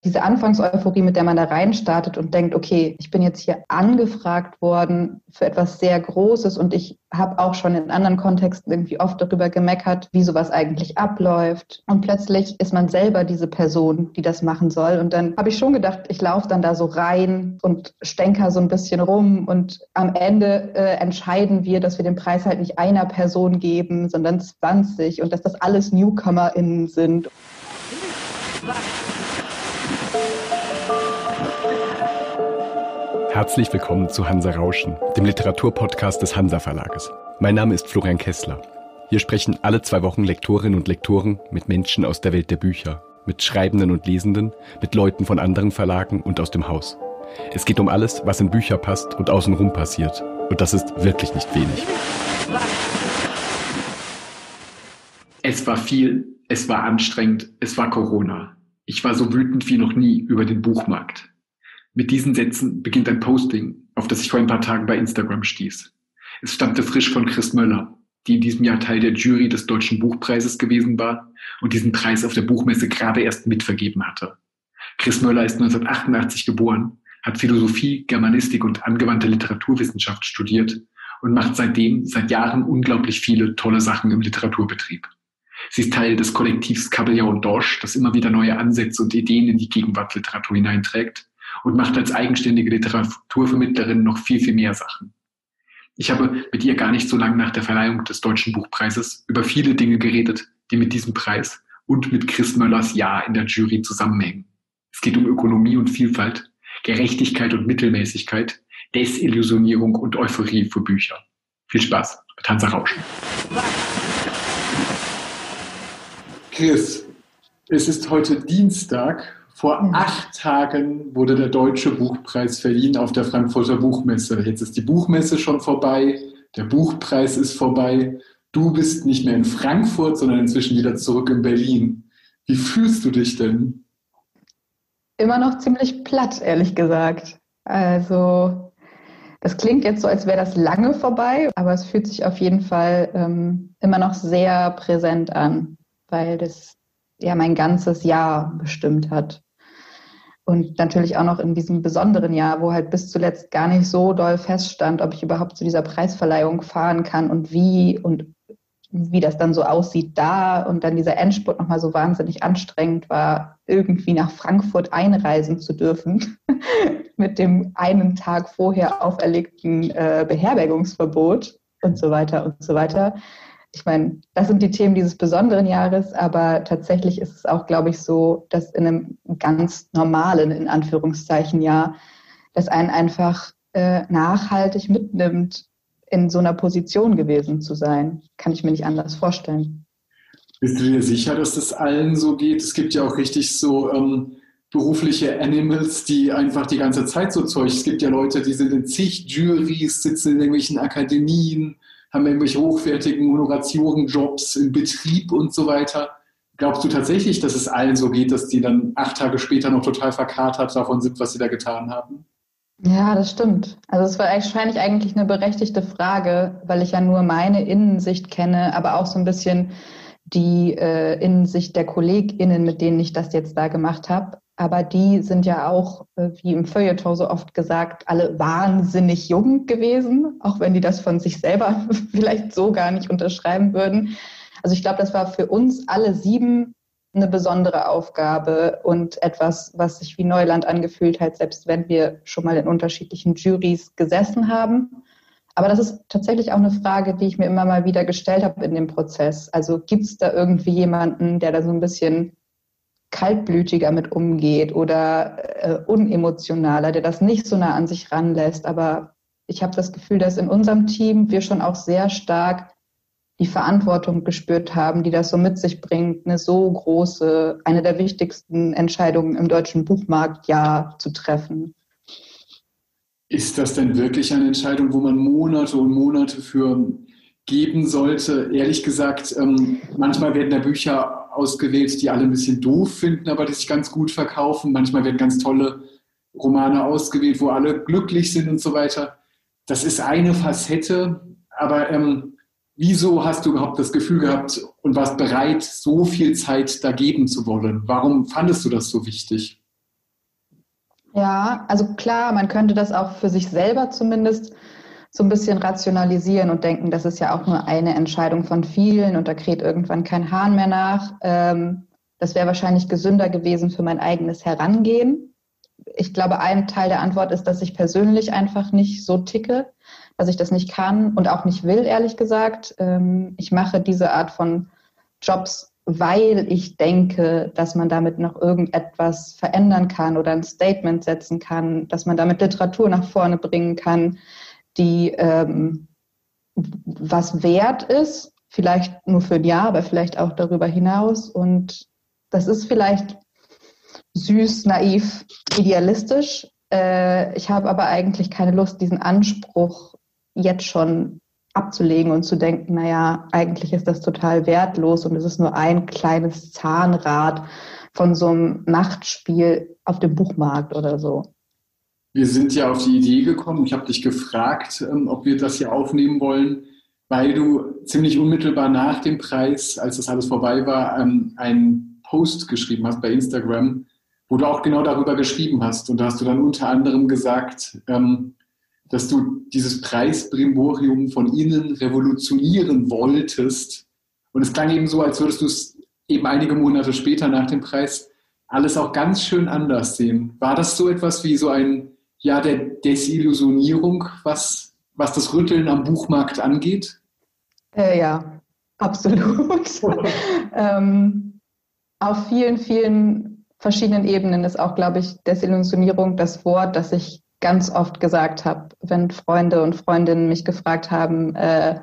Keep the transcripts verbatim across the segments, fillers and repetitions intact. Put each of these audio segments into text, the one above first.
diese Anfangseuphorie, mit der man da reinstartet und denkt, okay, ich bin jetzt hier angefragt worden für etwas sehr Großes und ich habe auch schon in anderen Kontexten irgendwie oft darüber gemeckert, wie sowas eigentlich abläuft. Und plötzlich ist man selber diese Person, die das machen soll. Und dann habe ich schon gedacht, ich laufe dann da so rein und stänker so ein bisschen rum und am Ende äh, entscheiden wir, dass wir den Preis halt nicht einer Person geben, sondern zwanzig und dass das alles NewcomerInnen sind. Herzlich willkommen zu Hansa Rauschen, dem Literaturpodcast des Hansa Verlages. Mein Name ist Florian Kessler. Hier sprechen alle zwei Wochen Lektorinnen und Lektoren mit Menschen aus der Welt der Bücher, mit Schreibenden und Lesenden, mit Leuten von anderen Verlagen und aus dem Haus. Es geht um alles, was in Bücher passt und außenrum passiert. Und das ist wirklich nicht wenig. Es war viel, es war anstrengend, es war Corona. Ich war so wütend wie noch nie über den Buchmarkt. Mit diesen Sätzen beginnt ein Posting, auf das ich vor ein paar Tagen bei Instagram stieß. Es stammte frisch von Chris Möller, die in diesem Jahr Teil der Jury des Deutschen Buchpreises gewesen war und diesen Preis auf der Buchmesse gerade erst mitvergeben hatte. Chris Möller ist neunzehnhundertachtundachtzig geboren, hat Philosophie, Germanistik und angewandte Literaturwissenschaft studiert und macht seitdem seit Jahren unglaublich viele tolle Sachen im Literaturbetrieb. Sie ist Teil des Kollektivs Kabeljau und Dorsch, das immer wieder neue Ansätze und Ideen in die Gegenwartsliteratur hineinträgt und macht als eigenständige Literaturvermittlerin noch viel, viel mehr Sachen. Ich habe mit ihr gar nicht so lange nach der Verleihung des Deutschen Buchpreises über viele Dinge geredet, die mit diesem Preis und mit Chris Möllers Jahr in der Jury zusammenhängen. Es geht um Ökonomie und Vielfalt, Gerechtigkeit und Mittelmäßigkeit, Desillusionierung und Euphorie für Bücher. Viel Spaß mit Hansa Rauschen. Chris, es ist heute Dienstag. Vor acht Tagen wurde der Deutsche Buchpreis verliehen auf der Frankfurter Buchmesse. Jetzt ist die Buchmesse schon vorbei, der Buchpreis ist vorbei. Du bist nicht mehr in Frankfurt, sondern inzwischen wieder zurück in Berlin. Wie fühlst du dich denn? Immer noch ziemlich platt, ehrlich gesagt. Also, das klingt jetzt so, als wäre das lange vorbei, aber es fühlt sich auf jeden Fall ähm, immer noch sehr präsent an, weil das ja mein ganzes Jahr bestimmt hat. Und natürlich auch noch in diesem besonderen Jahr, wo halt bis zuletzt gar nicht so doll feststand, ob ich überhaupt zu dieser Preisverleihung fahren kann und wie und wie das dann so aussieht da. Und dann dieser Endspurt nochmal so wahnsinnig anstrengend war, irgendwie nach Frankfurt einreisen zu dürfen mit dem einen Tag vorher auferlegten äh, Beherbergungsverbot und so weiter und so weiter. Ich meine, das sind die Themen dieses besonderen Jahres, aber tatsächlich ist es auch, glaube ich, so, dass in einem ganz normalen, in Anführungszeichen, Jahr, das einen einfach äh, nachhaltig mitnimmt, in so einer Position gewesen zu sein. Kann ich mir nicht anders vorstellen. Bist du dir sicher, dass das allen so geht? Es gibt ja auch richtig so ähm, berufliche Animals, die einfach die ganze Zeit so Zeug. Es gibt ja Leute, die sind in zig Juries, sitzen in irgendwelchen Akademien, haben irgendwelche hochwertigen Honoratiorenjobs im Betrieb und so weiter. Glaubst du tatsächlich, dass es allen so geht, dass die dann acht Tage später noch total verkatert davon sind, was sie da getan haben? Ja, das stimmt. Also es war wahrscheinlich eigentlich eine berechtigte Frage, weil ich ja nur meine Innensicht kenne, aber auch so ein bisschen die äh, Innensicht der KollegInnen, mit denen ich das jetzt da gemacht habe. Aber die sind ja auch, wie im Feuilleton so oft gesagt, alle wahnsinnig jung gewesen, auch wenn die das von sich selber vielleicht so gar nicht unterschreiben würden. Also ich glaube, das war für uns alle sieben eine besondere Aufgabe und etwas, was sich wie Neuland angefühlt hat, selbst wenn wir schon mal in unterschiedlichen Juries gesessen haben. Aber das ist tatsächlich auch eine Frage, die ich mir immer mal wieder gestellt habe in dem Prozess. Also gibt es da irgendwie jemanden, der da so ein bisschen kaltblütiger mit umgeht oder äh, unemotionaler, der das nicht so nah an sich ranlässt. Aber ich habe das Gefühl, dass in unserem Team wir schon auch sehr stark die Verantwortung gespürt haben, die das so mit sich bringt, eine so große, eine der wichtigsten Entscheidungen im deutschen Buchmarktjahr zu treffen. Ist das denn wirklich eine Entscheidung, wo man Monate und Monate für geben sollte? Ehrlich gesagt, ähm, manchmal werden da Bücher ausgewählt, die alle ein bisschen doof finden, aber die sich ganz gut verkaufen. Manchmal werden ganz tolle Romane ausgewählt, wo alle glücklich sind und so weiter. Das ist eine Facette, aber ähm, wieso hast du überhaupt das Gefühl gehabt und warst bereit, so viel Zeit da geben zu wollen? Warum fandest du das so wichtig? Ja, also klar, man könnte das auch für sich selber zumindest so ein bisschen rationalisieren und denken, das ist ja auch nur eine Entscheidung von vielen und da kräht irgendwann kein Hahn mehr nach. Ähm, das wäre wahrscheinlich gesünder gewesen für mein eigenes Herangehen. Ich glaube, ein Teil der Antwort ist, dass ich persönlich einfach nicht so ticke, dass ich das nicht kann und auch nicht will, ehrlich gesagt. Ähm, ich mache diese Art von Jobs, weil ich denke, dass man damit noch irgendetwas verändern kann oder ein Statement setzen kann, dass man damit Literatur nach vorne bringen kann, die ähm, was wert ist, vielleicht nur für ein Jahr, aber vielleicht auch darüber hinaus. Und das ist vielleicht süß, naiv, idealistisch. Äh, ich habe aber eigentlich keine Lust, diesen Anspruch jetzt schon abzulegen und zu denken, naja, eigentlich ist das total wertlos und es ist nur ein kleines Zahnrad von so einem Machtspiel auf dem Buchmarkt oder so. Wir sind ja auf die Idee gekommen, ich habe dich gefragt, ob wir das hier aufnehmen wollen, weil du ziemlich unmittelbar nach dem Preis, als das alles vorbei war, einen Post geschrieben hast bei Instagram, wo du auch genau darüber geschrieben hast. Und da hast du dann unter anderem gesagt, dass du dieses Preisbrimborium von innen revolutionieren wolltest. Und es klang eben so, als würdest du es eben einige Monate später nach dem Preis alles auch ganz schön anders sehen. War das so etwas wie so ein Jahr der Desillusionierung, was, was das Rütteln am Buchmarkt angeht? Äh, ja, absolut. ähm, auf vielen, vielen verschiedenen Ebenen ist auch, glaube ich, Desillusionierung das Wort, das ich ganz oft gesagt habe, wenn Freunde und Freundinnen mich gefragt haben, äh,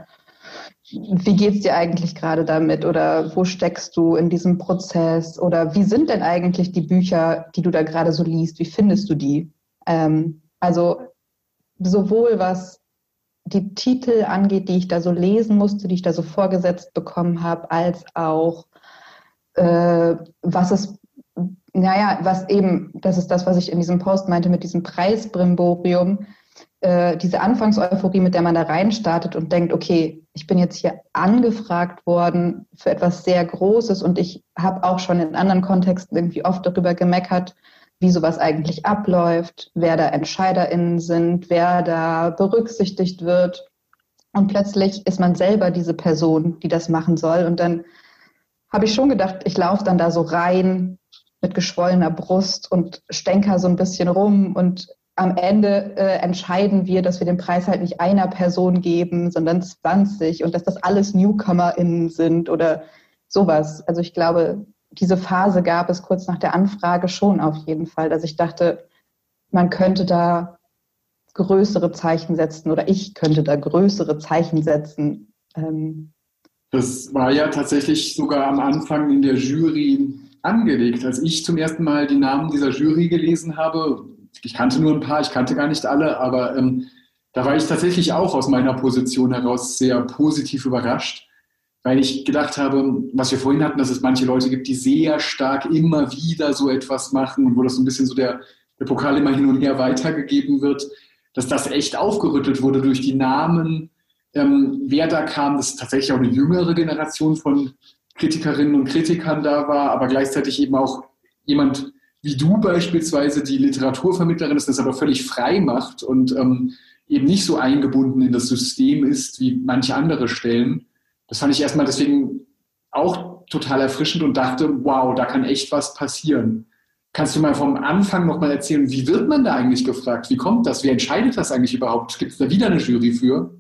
wie geht's dir eigentlich gerade damit oder wo steckst du in diesem Prozess oder wie sind denn eigentlich die Bücher, die du da gerade so liest, wie findest du die? Ähm, also sowohl was die Titel angeht, die ich da so lesen musste, die ich da so vorgesetzt bekommen habe, als auch äh, was es, naja, was eben, das ist das, was ich in diesem Post meinte mit diesem Preisbrimborium, äh, diese Anfangseuphorie, mit der man da reinstartet und denkt, okay, ich bin jetzt hier angefragt worden für etwas sehr Großes und ich habe auch schon in anderen Kontexten irgendwie oft darüber gemeckert, wie sowas eigentlich abläuft, wer da EntscheiderInnen sind, wer da berücksichtigt wird. Und plötzlich ist man selber diese Person, die das machen soll. Und dann habe ich schon gedacht, ich laufe dann da so rein mit geschwollener Brust und stänker so ein bisschen rum. Und am Ende äh, entscheiden wir, dass wir den Preis halt nicht einer Person geben, sondern zwanzig und dass das alles NewcomerInnen sind oder sowas. Also ich glaube, diese Phase gab es kurz nach der Anfrage schon auf jeden Fall, dass ich dachte, man könnte da größere Zeichen setzen oder ich könnte da größere Zeichen setzen. Ähm das war ja tatsächlich sogar am Anfang in der Jury angelegt. Als ich zum ersten Mal die Namen dieser Jury gelesen habe, ich kannte nur ein paar, ich kannte gar nicht alle, aber ähm, da war ich tatsächlich auch aus meiner Position heraus sehr positiv überrascht, weil ich gedacht habe, was wir vorhin hatten, dass es manche Leute gibt, die sehr stark immer wieder so etwas machen und wo das so ein bisschen so der, der Pokal immer hin und her weitergegeben wird, dass das echt aufgerüttelt wurde durch die Namen, ähm, wer da kam, dass tatsächlich auch eine jüngere Generation von Kritikerinnen und Kritikern da war, aber gleichzeitig eben auch jemand wie du beispielsweise, die Literaturvermittlerin ist, das aber völlig frei macht und ähm, eben nicht so eingebunden in das System ist wie manche andere Stellen. Das fand ich erstmal deswegen auch total erfrischend und dachte, wow, da kann echt was passieren. Kannst du mal vom Anfang nochmal erzählen, wie wird man da eigentlich gefragt? Wie kommt das? Wer entscheidet das eigentlich überhaupt? Gibt es da wieder eine Jury für?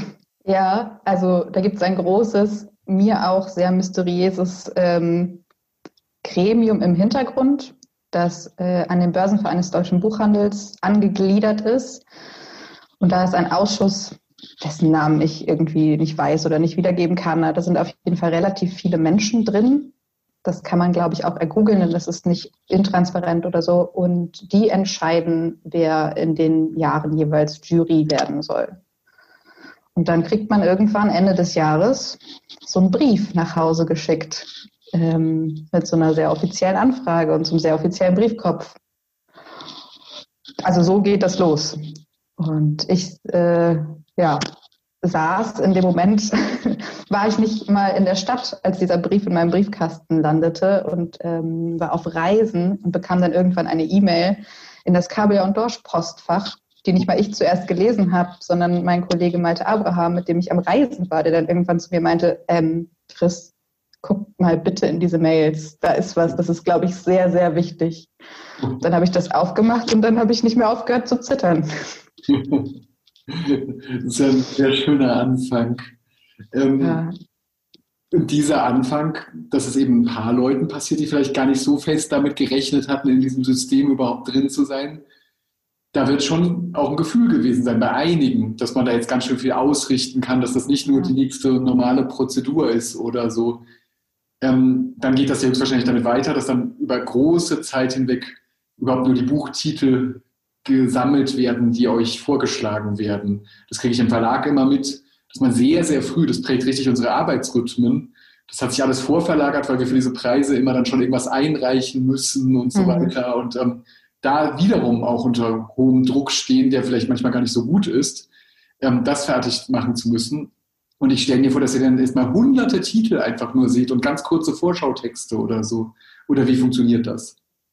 Ja, also da gibt es ein großes, mir auch sehr mysteriöses ähm, Gremium im Hintergrund, das äh, an den Börsenverein des deutschen Buchhandels angegliedert ist. Und da ist ein Ausschuss, dessen Namen ich irgendwie nicht weiß oder nicht wiedergeben kann. Da sind auf jeden Fall relativ viele Menschen drin. Das kann man, glaube ich, auch ergoogeln, denn das ist nicht intransparent oder so. Und die entscheiden, wer in den Jahren jeweils Jury werden soll. Und dann kriegt man irgendwann Ende des Jahres so einen Brief nach Hause geschickt ähm, mit so einer sehr offiziellen Anfrage und so einem sehr offiziellen Briefkopf. Also so geht das los. Und ich, äh, ja, saß in dem Moment, war ich nicht mal in der Stadt, als dieser Brief in meinem Briefkasten landete und ähm, war auf Reisen und bekam dann irgendwann eine E-Mail, in das Kabeljau und Dorsch Postfach, die nicht mal ich zuerst gelesen habe, sondern mein Kollege Malte Abraham, mit dem ich am Reisen war, der dann irgendwann zu mir meinte, ähm, Chris, guck mal bitte in diese Mails, da ist was, das ist, glaube ich, sehr, sehr wichtig. Dann habe ich das aufgemacht und dann habe ich nicht mehr aufgehört zu zittern. Das ist ja ein sehr schöner Anfang. Ähm, ja. Und dieser Anfang, dass es eben ein paar Leuten passiert, die vielleicht gar nicht so fest damit gerechnet hatten, in diesem System überhaupt drin zu sein, da wird schon auch ein Gefühl gewesen sein bei einigen, dass man da jetzt ganz schön viel ausrichten kann, dass das nicht nur die nächste normale Prozedur ist oder so. Ähm, dann geht das ja höchstwahrscheinlich damit weiter, dass dann über große Zeit hinweg überhaupt nur die Buchtitel gesammelt werden, die euch vorgeschlagen werden. Das kriege ich im Verlag immer mit, dass man sehr, sehr früh, das prägt richtig unsere Arbeitsrhythmen, das hat sich alles vorverlagert, weil wir für diese Preise immer dann schon irgendwas einreichen müssen und so mhm. weiter. Und ähm, da wiederum auch unter hohem Druck stehen, der vielleicht manchmal gar nicht so gut ist, ähm, das fertig machen zu müssen. Und ich stelle mir vor, dass ihr dann erstmal hunderte Titel einfach nur seht und ganz kurze Vorschautexte oder so. Oder wie funktioniert das?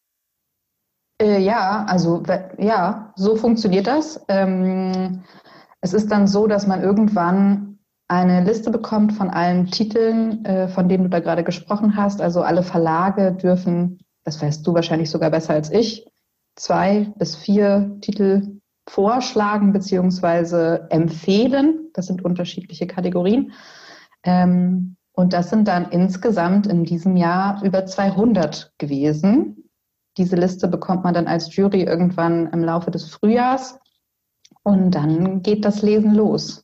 Äh, ja, also ja, so funktioniert das. Ähm, es ist dann so, dass man irgendwann eine Liste bekommt von allen Titeln, äh, von denen du da gerade gesprochen hast. Also alle Verlage dürfen, das weißt du wahrscheinlich sogar besser als ich, zwei bis vier Titel vorschlagen bzw. empfehlen. Das sind unterschiedliche Kategorien. Ähm, und das sind dann insgesamt in diesem Jahr über zweihundert gewesen. Diese Liste bekommt man dann als Jury irgendwann im Laufe des Frühjahrs und dann geht das Lesen los.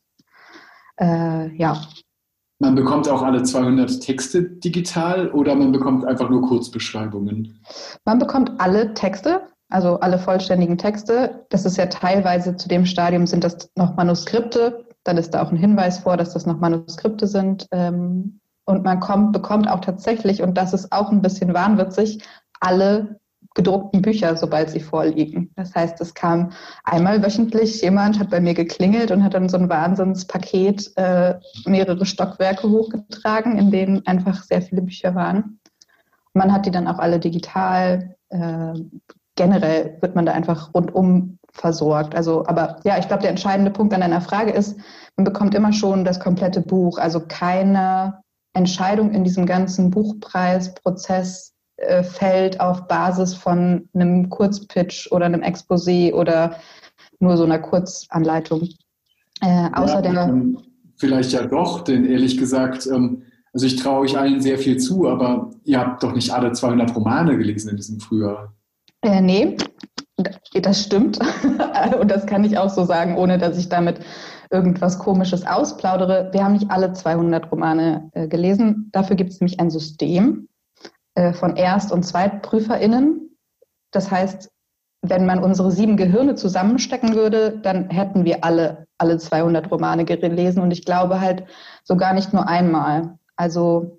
Äh, ja. Man bekommt auch alle zweihundert Texte digital oder man bekommt einfach nur Kurzbeschreibungen? Man bekommt alle Texte, also alle vollständigen Texte. Das ist ja teilweise zu dem Stadium sind das noch Manuskripte. Dann ist da auch ein Hinweis vor, dass das noch Manuskripte sind. Und man kommt, bekommt auch tatsächlich, und das ist auch ein bisschen wahnwitzig, alle gedruckten Bücher, sobald sie vorliegen. Das heißt, es kam einmal wöchentlich, jemand hat bei mir geklingelt und hat dann so ein Wahnsinnspaket, äh, mehrere Stockwerke hochgetragen, in denen einfach sehr viele Bücher waren. Man hat die dann auch alle digital. Äh, generell wird man da einfach rundum versorgt. Also, aber ja, ich glaube, der entscheidende Punkt an deiner Frage ist, man bekommt immer schon das komplette Buch, also keine Entscheidung in diesem ganzen Buchpreisprozess fällt auf Basis von einem Kurzpitch oder einem Exposé oder nur so einer Kurzanleitung. Äh, außer ja, der vielleicht ja doch, denn ehrlich gesagt, ähm, also ich traue euch allen sehr viel zu, aber ihr habt doch nicht alle zweihundert Romane gelesen in diesem Frühjahr. Äh, nee, das stimmt. Und das kann ich auch so sagen, ohne dass ich damit irgendwas Komisches ausplaudere. Wir haben nicht alle zweihundert Romane äh, gelesen. Dafür gibt es nämlich ein System von Erst- und ZweitprüferInnen. Das heißt, wenn man unsere sieben Gehirne zusammenstecken würde, dann hätten wir alle, alle zweihundert Romane gelesen und ich glaube halt sogar nicht nur einmal. Also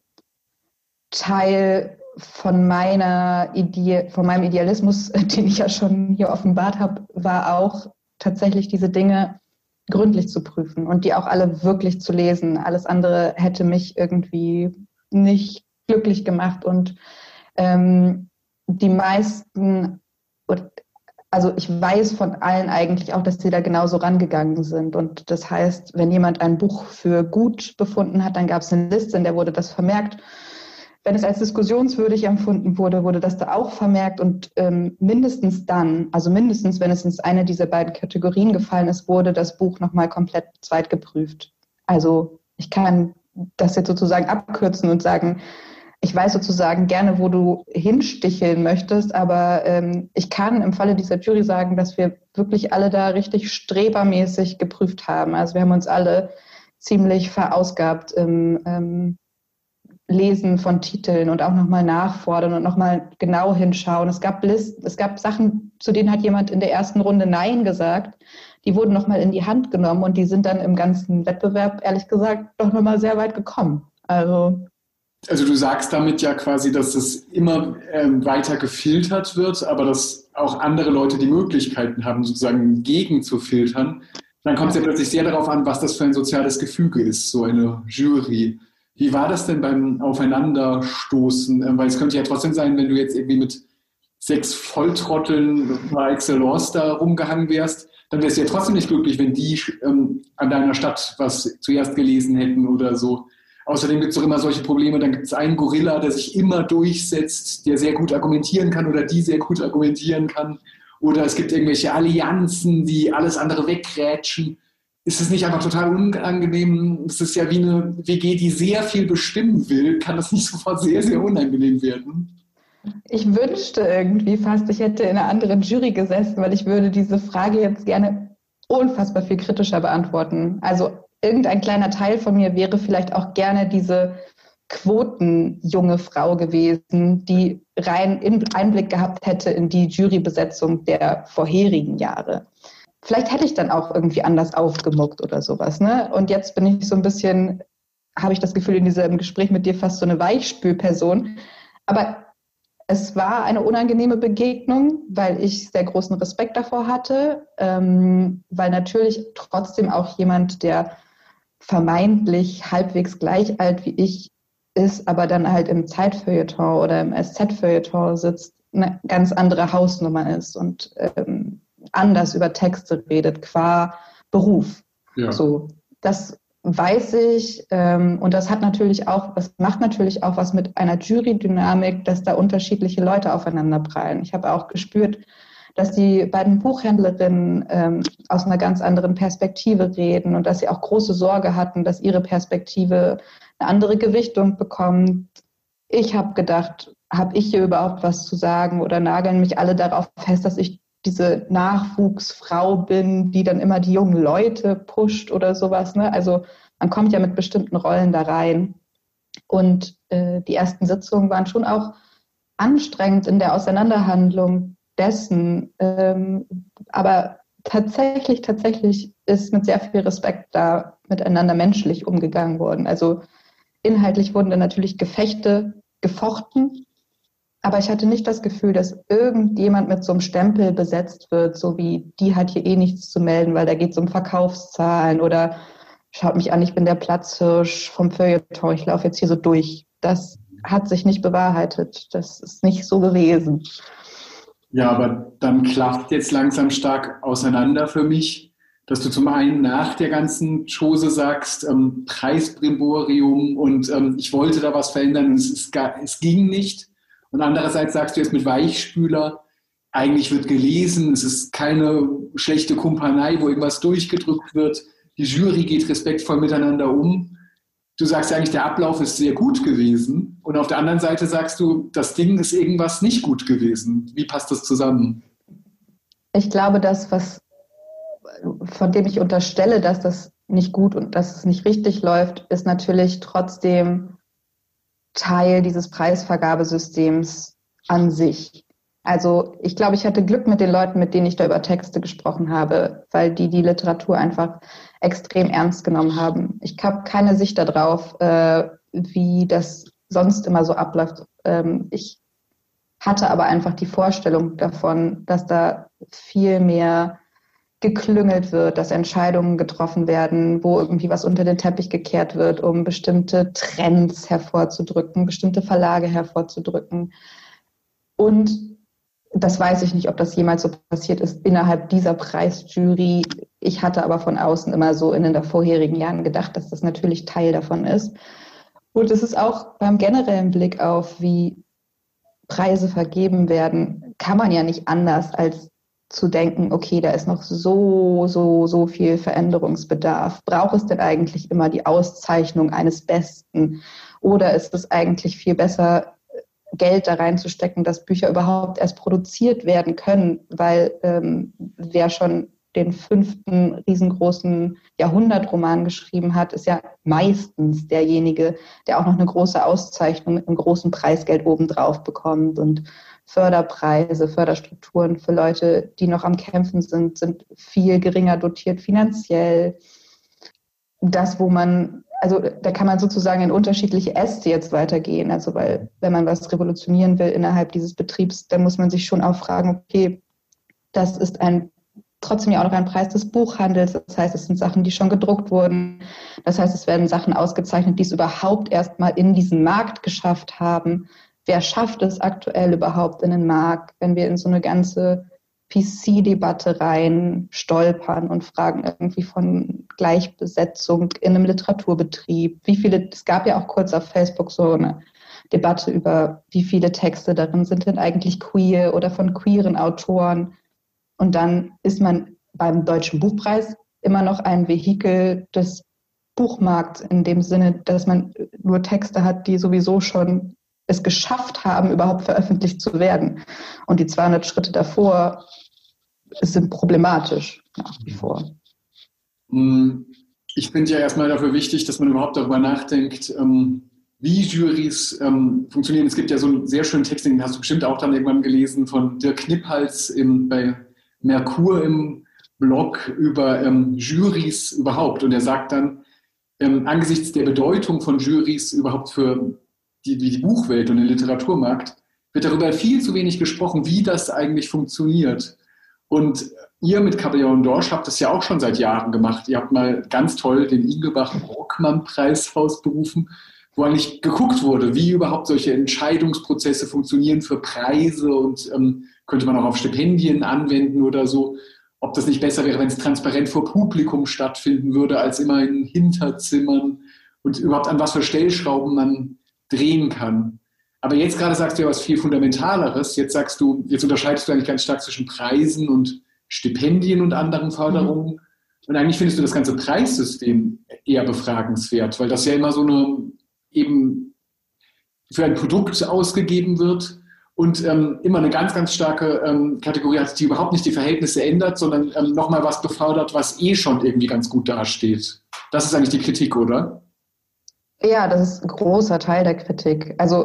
Teil von meiner Ide- von meinem Idealismus, den ich ja schon hier offenbart habe, war auch tatsächlich diese Dinge gründlich zu prüfen und die auch alle wirklich zu lesen. Alles andere hätte mich irgendwie nicht glücklich gemacht und ähm, die meisten, also ich weiß von allen eigentlich auch, dass sie da genauso rangegangen sind und das heißt, wenn jemand ein Buch für gut befunden hat, dann gab es eine Liste, in der wurde das vermerkt. Wenn es als diskussionswürdig empfunden wurde, wurde das da auch vermerkt und ähm, mindestens dann, also mindestens, wenn es in eine dieser beiden Kategorien gefallen ist, wurde das Buch nochmal komplett zweitgeprüft. Also ich kann das jetzt sozusagen abkürzen und sagen, ich weiß sozusagen gerne, wo du hinsticheln möchtest, aber ähm, ich kann im Falle dieser Jury sagen, dass wir wirklich alle da richtig strebermäßig geprüft haben. Also wir haben uns alle ziemlich verausgabt im ähm, Lesen von Titeln und auch nochmal nachfordern und nochmal genau hinschauen. Es gab Listen, es gab Sachen, zu denen hat jemand in der ersten Runde Nein gesagt. Die wurden nochmal in die Hand genommen und die sind dann im ganzen Wettbewerb, ehrlich gesagt, doch nochmal sehr weit gekommen. Also Also du sagst damit ja quasi, dass es immer ähm, weiter gefiltert wird, aber dass auch andere Leute die Möglichkeiten haben, sozusagen gegen zu filtern. Dann kommt es ja plötzlich sehr darauf an, was das für ein soziales Gefüge ist, so eine Jury. Wie war das denn beim Aufeinanderstoßen? Ähm, weil es könnte ja trotzdem sein, wenn du jetzt irgendwie mit sechs Volltrotteln par excellence da rumgehangen wärst, dann wärst du ja trotzdem nicht glücklich, wenn die ähm, an deiner Stadt was zuerst gelesen hätten oder so. Außerdem gibt es doch immer solche Probleme, dann gibt es einen Gorilla, der sich immer durchsetzt, der sehr gut argumentieren kann oder die sehr gut argumentieren kann. Oder es gibt irgendwelche Allianzen, die alles andere wegrätschen. Ist es nicht einfach total unangenehm? Es ist ja wie eine W G, die sehr viel bestimmen will. Kann das nicht sofort sehr, sehr unangenehm werden? Ich wünschte irgendwie fast, ich hätte in einer anderen Jury gesessen, weil ich würde diese Frage jetzt gerne unfassbar viel kritischer beantworten. Also irgendein kleiner Teil von mir wäre vielleicht auch gerne diese quotenjunge Frau gewesen, die rein Einblick gehabt hätte in die Jurybesetzung der vorherigen Jahre. Vielleicht hätte ich dann auch irgendwie anders aufgemuckt oder sowas, ne? Und jetzt bin ich so ein bisschen, habe ich das Gefühl, in diesem Gespräch mit dir fast so eine Weichspülperson. Aber es war eine unangenehme Begegnung, weil ich sehr großen Respekt davor hatte, ähm, weil natürlich trotzdem auch jemand, der vermeintlich halbwegs gleich alt wie ich ist, aber dann halt im Zeitfeuilleton oder im S Z-Feuilleton sitzt, eine ganz andere Hausnummer ist und ähm, anders über Texte redet, qua Beruf. Ja. So, das weiß ich, ähm, und das hat natürlich auch, das macht natürlich auch was mit einer Jury-Dynamik, dass da unterschiedliche Leute aufeinanderprallen. Ich habe auch gespürt, dass die beiden Buchhändlerinnen ähm, aus einer ganz anderen Perspektive reden und dass sie auch große Sorge hatten, dass ihre Perspektive eine andere Gewichtung bekommt. Ich habe gedacht, habe ich hier überhaupt was zu sagen oder nageln mich alle darauf fest, dass ich diese Nachwuchsfrau bin, die dann immer die jungen Leute pusht oder sowas, ne? Also man kommt ja mit bestimmten Rollen da rein. Und äh, die ersten Sitzungen waren schon auch anstrengend in der Auseinanderhandlung dessen. Ähm, aber tatsächlich, tatsächlich ist mit sehr viel Respekt da miteinander menschlich umgegangen worden. Also inhaltlich wurden dann natürlich Gefechte gefochten. Aber ich hatte nicht das Gefühl, dass irgendjemand mit so einem Stempel besetzt wird, so wie die hat hier eh nichts zu melden, weil da geht es um Verkaufszahlen oder schaut mich an, ich bin der Platzhirsch vom Feuilleton, ich laufe jetzt hier so durch. Das hat sich nicht bewahrheitet. Das ist nicht so gewesen. Ja, aber dann klafft jetzt langsam stark auseinander für mich, dass du zum einen nach der ganzen Chose sagst, ähm, Preisbrimborium und ähm, ich wollte da was verändern und es, ist gar, es ging nicht. Und andererseits sagst du jetzt mit Weichspüler, eigentlich wird gelesen, es ist keine schlechte Kumpanei, wo irgendwas durchgedrückt wird. Die Jury geht respektvoll miteinander um. Du sagst eigentlich, der Ablauf ist sehr gut gewesen. Und auf der anderen Seite sagst du, das Ding ist irgendwas nicht gut gewesen. Wie passt das zusammen? Ich glaube, das, was, von dem ich unterstelle, dass das nicht gut und dass es nicht richtig läuft, ist natürlich trotzdem Teil dieses Preisvergabesystems an sich. Also ich glaube, ich hatte Glück mit den Leuten, mit denen ich da über Texte gesprochen habe, weil die die Literatur einfach extrem ernst genommen haben. Ich habe keine Sicht darauf, äh, wie das sonst immer so abläuft. Ähm, ich hatte aber einfach die Vorstellung davon, dass da viel mehr geklüngelt wird, dass Entscheidungen getroffen werden, wo irgendwie was unter den Teppich gekehrt wird, um bestimmte Trends hervorzudrücken, bestimmte Verlage hervorzudrücken. Und das weiß ich nicht, ob das jemals so passiert ist innerhalb dieser Preisjury. Ich hatte aber von außen immer so in den vorherigen Jahren gedacht, dass das natürlich Teil davon ist. Und es ist auch beim generellen Blick auf, wie Preise vergeben werden, kann man ja nicht anders als zu denken, okay, da ist noch so, so, so viel Veränderungsbedarf. Braucht es denn eigentlich immer die Auszeichnung eines Besten? Oder ist es eigentlich viel besser, Geld da reinzustecken, dass Bücher überhaupt erst produziert werden können? Weil ähm, wer schon den fünften riesengroßen Jahrhundertroman geschrieben hat, ist ja meistens derjenige, der auch noch eine große Auszeichnung mit einem großen Preisgeld obendrauf bekommt. Und Förderpreise, Förderstrukturen für Leute, die noch am Kämpfen sind, sind viel geringer dotiert finanziell. Das, wo man, also da kann man sozusagen in unterschiedliche Äste jetzt weitergehen. Also weil, wenn man was revolutionieren will innerhalb dieses Betriebs, dann muss man sich schon auch fragen, okay, das ist ein trotzdem ja auch noch ein Preis des Buchhandels. Das heißt, es sind Sachen, die schon gedruckt wurden. Das heißt, es werden Sachen ausgezeichnet, die es überhaupt erst mal in diesen Markt geschafft haben. wer schafft es aktuell überhaupt in den Markt, wenn wir in so eine ganze P C-Debatte rein stolpern und fragen irgendwie von Gleichbesetzung in einem Literaturbetrieb. Wie viele, es gab ja auch kurz auf Facebook so eine Debatte über, wie viele Texte darin sind denn eigentlich queer oder von queeren Autoren. Und dann ist man beim Deutschen Buchpreis immer noch ein Vehikel des Buchmarkts in dem Sinne, dass man nur Texte hat, die sowieso schon es geschafft haben, überhaupt veröffentlicht zu werden. Und die zweihundert Schritte davor sind problematisch nach wie vor. Ich finde ja erstmal dafür wichtig, dass man überhaupt darüber nachdenkt, wie Jurys funktionieren. Es gibt ja so einen sehr schönen Text, den hast du bestimmt auch dann irgendwann gelesen, von Dirk Kniphals im, bei Merkur im Blog über ähm, Jurys überhaupt. Und er sagt dann, ähm, angesichts der Bedeutung von Jurys überhaupt für die, die Buchwelt und den Literaturmarkt, wird darüber viel zu wenig gesprochen, wie das eigentlich funktioniert. Und ihr mit Cabellon d'Orge habt das ja auch schon seit Jahren gemacht. Ihr habt mal ganz toll den Ingeborg-Borkmann-Preis ausberufen, wo eigentlich geguckt wurde, wie überhaupt solche Entscheidungsprozesse funktionieren für Preise und ähm, könnte man auch auf Stipendien anwenden oder so. Ob das nicht besser wäre, wenn es transparent vor Publikum stattfinden würde, als immer in Hinterzimmern und überhaupt an was für Stellschrauben man drehen kann. Aber jetzt gerade sagst du ja was viel Fundamentaleres. Jetzt sagst du, jetzt unterscheidest du eigentlich ganz stark zwischen Preisen und Stipendien und anderen Förderungen. Mhm. Und eigentlich findest du das ganze Preissystem eher befragenswert, weil das ja immer so eine eben für ein Produkt ausgegeben wird und ähm, immer eine ganz, ganz starke ähm, Kategorie hat, die überhaupt nicht die Verhältnisse ändert, sondern ähm, nochmal was befördert, was eh schon irgendwie ganz gut dasteht. Das ist eigentlich die Kritik, oder? Ja, das ist ein großer Teil der Kritik. Also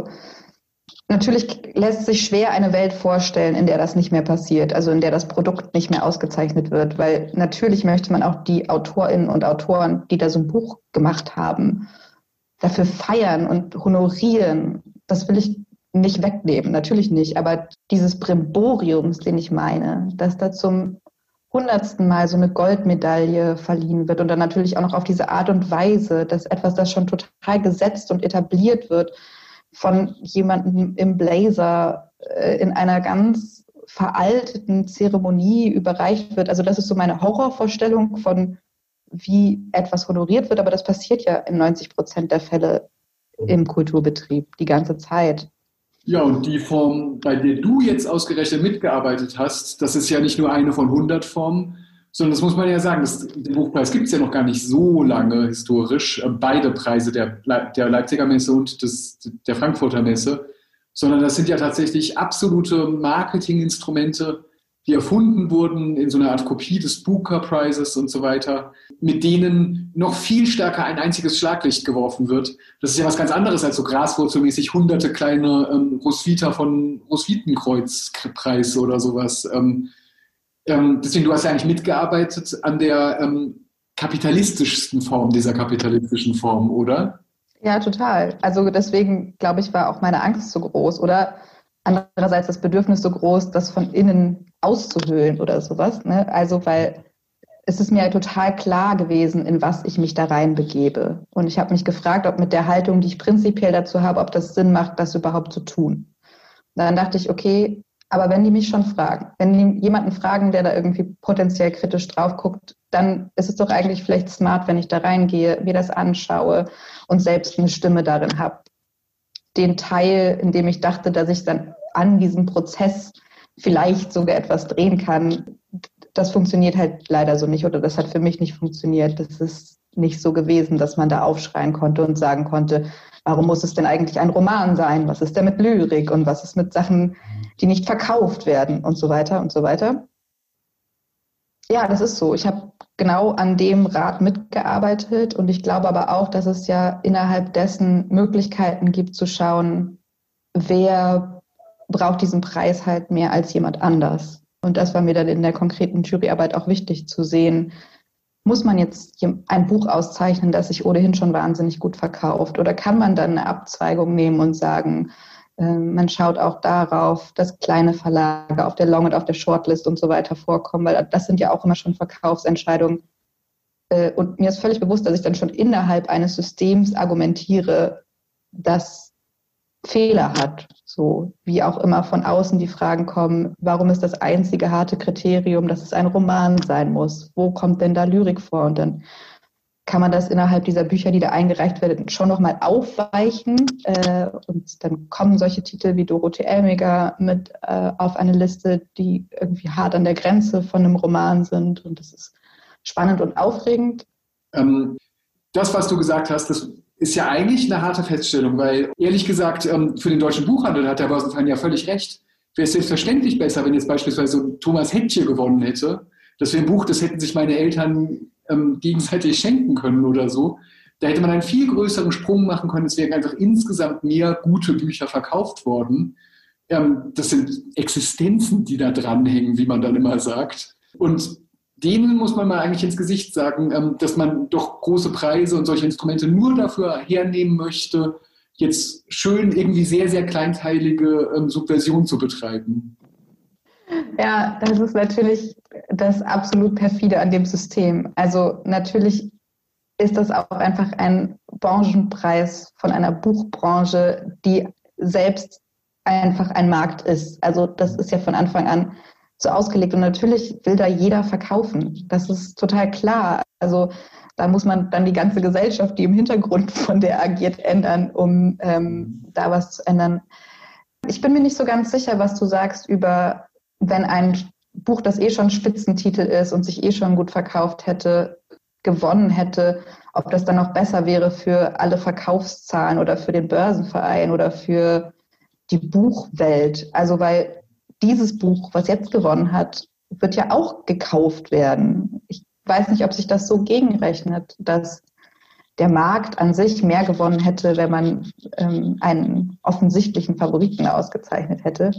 natürlich lässt sich schwer eine Welt vorstellen, in der das nicht mehr passiert, also in der das Produkt nicht mehr ausgezeichnet wird, weil natürlich möchte man auch die AutorInnen und Autoren, die da so ein Buch gemacht haben, dafür feiern und honorieren. Das will ich nicht wegnehmen, natürlich nicht, aber dieses Brimboriums, den ich meine, dass da zum hundertsten Mal so eine Goldmedaille verliehen wird und dann natürlich auch noch auf diese Art und Weise, dass etwas, das schon total gesetzt und etabliert wird, von jemandem im Blazer äh, in einer ganz veralteten Zeremonie überreicht wird. Also das ist so meine Horrorvorstellung von, wie etwas honoriert wird, aber das passiert ja in neunzig Prozent der Fälle im Kulturbetrieb die ganze Zeit. Ja, und die Form, bei der du jetzt ausgerechnet mitgearbeitet hast, das ist ja nicht nur eine von hundert Formen, sondern das muss man ja sagen, das, den Buchpreis gibt es ja noch gar nicht so lange historisch, beide Preise der, der Leipziger Messe und des, der Frankfurter Messe, sondern das sind ja tatsächlich absolute Marketinginstrumente, die erfunden wurden in so einer Art Kopie des Booker Prizes und so weiter, mit denen noch viel stärker ein einziges Schlaglicht geworfen wird. Das ist ja was ganz anderes als so graswurzelmäßig hunderte kleine ähm, Roswitha von Roswithankreuz-Preis oder sowas. Ähm, ähm, deswegen, du hast ja eigentlich mitgearbeitet an der ähm, kapitalistischsten Form dieser kapitalistischen Form, oder? Ja, total. Also deswegen, glaube ich, war auch meine Angst so groß, oder? Andererseits das Bedürfnis so groß, das von innen auszuhöhlen oder sowas. Ne? Also, weil es ist mir total klar gewesen, in was ich mich da reinbegebe. Und ich habe mich gefragt, ob mit der Haltung, die ich prinzipiell dazu habe, ob das Sinn macht, das überhaupt zu tun. Und dann dachte ich, okay, aber wenn die mich schon fragen, wenn die jemanden fragen, der da irgendwie potenziell kritisch drauf guckt, dann ist es doch eigentlich vielleicht smart, wenn ich da reingehe, mir das anschaue und selbst eine Stimme darin habe. Den Teil, in dem ich dachte, dass ich dann an diesem Prozess vielleicht sogar etwas drehen kann, das funktioniert halt leider so nicht oder das hat für mich nicht funktioniert. Das ist nicht so gewesen, dass man da aufschreien konnte und sagen konnte, warum muss es denn eigentlich ein Roman sein? Was ist denn mit Lyrik und was ist mit Sachen, die nicht verkauft werden und so weiter und so weiter. Ja, das ist so. Ich habe genau an dem Rat mitgearbeitet und ich glaube aber auch, dass es ja innerhalb dessen Möglichkeiten gibt zu schauen, wer braucht diesen Preis halt mehr als jemand anders. Und das war mir dann in der konkreten Juryarbeit auch wichtig zu sehen, muss man jetzt ein Buch auszeichnen, das sich ohnehin schon wahnsinnig gut verkauft? Oder kann man dann eine Abzweigung nehmen und sagen, äh, man schaut auch darauf, dass kleine Verlage auf der Long- und auf der Shortlist und so weiter vorkommen, weil das sind ja auch immer schon Verkaufsentscheidungen. Äh, und mir ist völlig bewusst, dass ich dann schon innerhalb eines Systems argumentiere, das Fehler hat. So wie auch immer von außen die Fragen kommen, warum ist das einzige harte Kriterium, dass es ein Roman sein muss? Wo kommt denn da Lyrik vor? Und dann kann man das innerhalb dieser Bücher, die da eingereicht werden, schon nochmal aufweichen. Äh, und dann kommen solche Titel wie Dorothee Elmiger mit äh, auf eine Liste, die irgendwie hart an der Grenze von einem Roman sind. Und das ist spannend und aufregend. Ähm, das, was du gesagt hast, das ist ja eigentlich eine harte Feststellung, weil ehrlich gesagt, ähm, für den deutschen Buchhandel hat der Börsenverein ja völlig recht. Wäre es selbstverständlich besser, wenn jetzt beispielsweise Thomas Hettche gewonnen hätte. Das wäre ein Buch, das hätten sich meine Eltern ähm, gegenseitig schenken können oder so. Da hätte man einen viel größeren Sprung machen können. Es wären einfach insgesamt mehr gute Bücher verkauft worden. Ähm, das sind Existenzen, die da dranhängen, wie man dann immer sagt. Und denen muss man mal eigentlich ins Gesicht sagen, ähm, dass man doch große Preise und solche Instrumente nur dafür hernehmen möchte, jetzt schön irgendwie sehr, sehr kleinteilige ähm, Subversion zu betreiben. Ja, das ist natürlich das absolut perfide an dem System. Also natürlich ist das auch einfach ein Branchenpreis von einer Buchbranche, die selbst einfach ein Markt ist. Also das ist ja von Anfang an so ausgelegt und natürlich will da jeder verkaufen. Das ist total klar. Also da muss man dann die ganze Gesellschaft, die im Hintergrund von der agiert, ändern, um ähm, da was zu ändern. Ich bin mir nicht so ganz sicher, was du sagst über, wenn ein Buch, das eh schon Spitzentitel ist und sich eh schon gut verkauft hätte, gewonnen hätte, ob das dann noch besser wäre für alle Verkaufszahlen oder für den Börsenverein oder für die Buchwelt. Also weil dieses Buch, was jetzt gewonnen hat, wird ja auch gekauft werden. Ich weiß nicht, ob sich das so gegenrechnet, dass der Markt an sich mehr gewonnen hätte, wenn man ähm, einen offensichtlichen Favoriten ausgezeichnet hätte.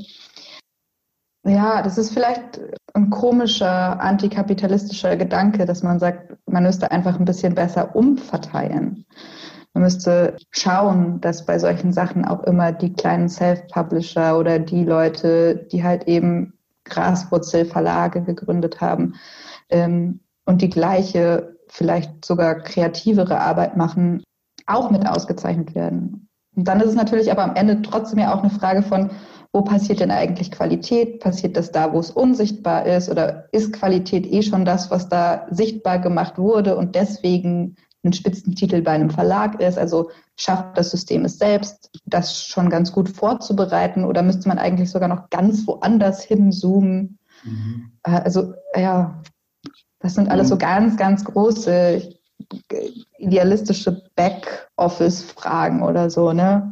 Ja, das ist vielleicht ein komischer antikapitalistischer Gedanke, dass man sagt, man müsste einfach ein bisschen besser umverteilen. Man müsste schauen, dass bei solchen Sachen auch immer die kleinen Self-Publisher oder die Leute, die halt eben Graswurzelverlage gegründet haben ähm, und die gleiche, vielleicht sogar kreativere Arbeit machen, auch mit ausgezeichnet werden. Und dann ist es natürlich aber am Ende trotzdem ja auch eine Frage von, wo passiert denn eigentlich Qualität? Passiert das da, wo es unsichtbar ist? Oder ist Qualität eh schon das, was da sichtbar gemacht wurde und deswegen ein Spitzentitel bei einem Verlag ist? Also schafft das System es selbst, das schon ganz gut vorzubereiten? Oder müsste man eigentlich sogar noch ganz woanders hinzoomen? Mhm. Also ja, das sind alles so ganz, ganz große idealistische Backoffice-Fragen oder so, ne?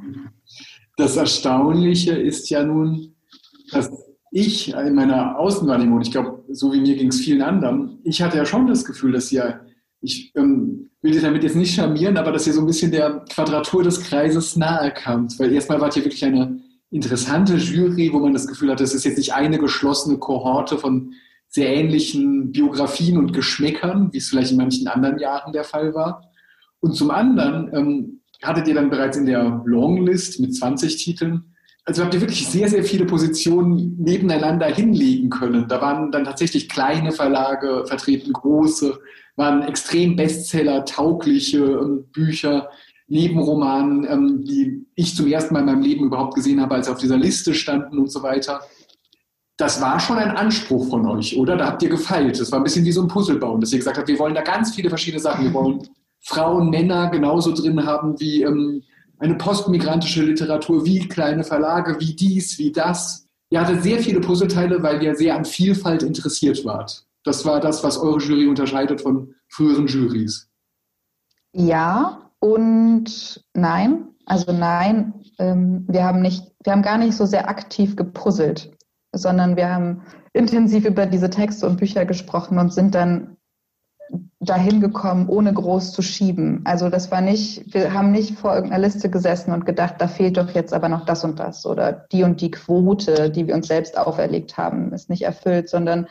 Das Erstaunliche ist ja nun, dass ich in meiner Außenwahrnehmung, ich glaube, so wie mir ging es vielen anderen, ich hatte ja schon das Gefühl, dass ihr, ich ähm, will dich damit jetzt nicht charmieren, aber dass ihr so ein bisschen der Quadratur des Kreises nahe kamt. Weil erstmal wart ihr wirklich eine interessante Jury, wo man das Gefühl hatte, es ist jetzt nicht eine geschlossene Kohorte von sehr ähnlichen Biografien und Geschmäckern, wie es vielleicht in manchen anderen Jahren der Fall war. Und zum anderen ähm, hattet ihr dann bereits in der Longlist mit zwanzig Titeln, also habt ihr wirklich sehr, sehr viele Positionen nebeneinander hinlegen können. Da waren dann tatsächlich kleine Verlage vertreten, große, waren extrem Bestseller-taugliche ähm, Bücher, Nebenromanen, ähm, die ich zum ersten Mal in meinem Leben überhaupt gesehen habe, als sie auf dieser Liste standen und so weiter. Das war schon ein Anspruch von euch, oder? Da habt ihr gefeilt. Das war ein bisschen wie so ein Puzzlebauen, dass ihr gesagt habt, wir wollen da ganz viele verschiedene Sachen. Wir wollen Frauen, Männer genauso drin haben wie ähm, eine postmigrantische Literatur, wie kleine Verlage, wie dies, wie das. Ihr hattet sehr viele Puzzleteile, weil ihr sehr an Vielfalt interessiert wart. Das war das, was eure Jury unterscheidet von früheren Jurys. Ja und nein. Also nein, ähm, wir haben nicht, wir haben gar nicht so sehr aktiv gepuzzelt, sondern wir haben intensiv über diese Texte und Bücher gesprochen und sind dann dahin gekommen, ohne groß zu schieben. Also das war nicht, wir haben nicht vor irgendeiner Liste gesessen und gedacht, da fehlt doch jetzt aber noch das und das oder die und die Quote, die wir uns selbst auferlegt haben, ist nicht erfüllt, sondern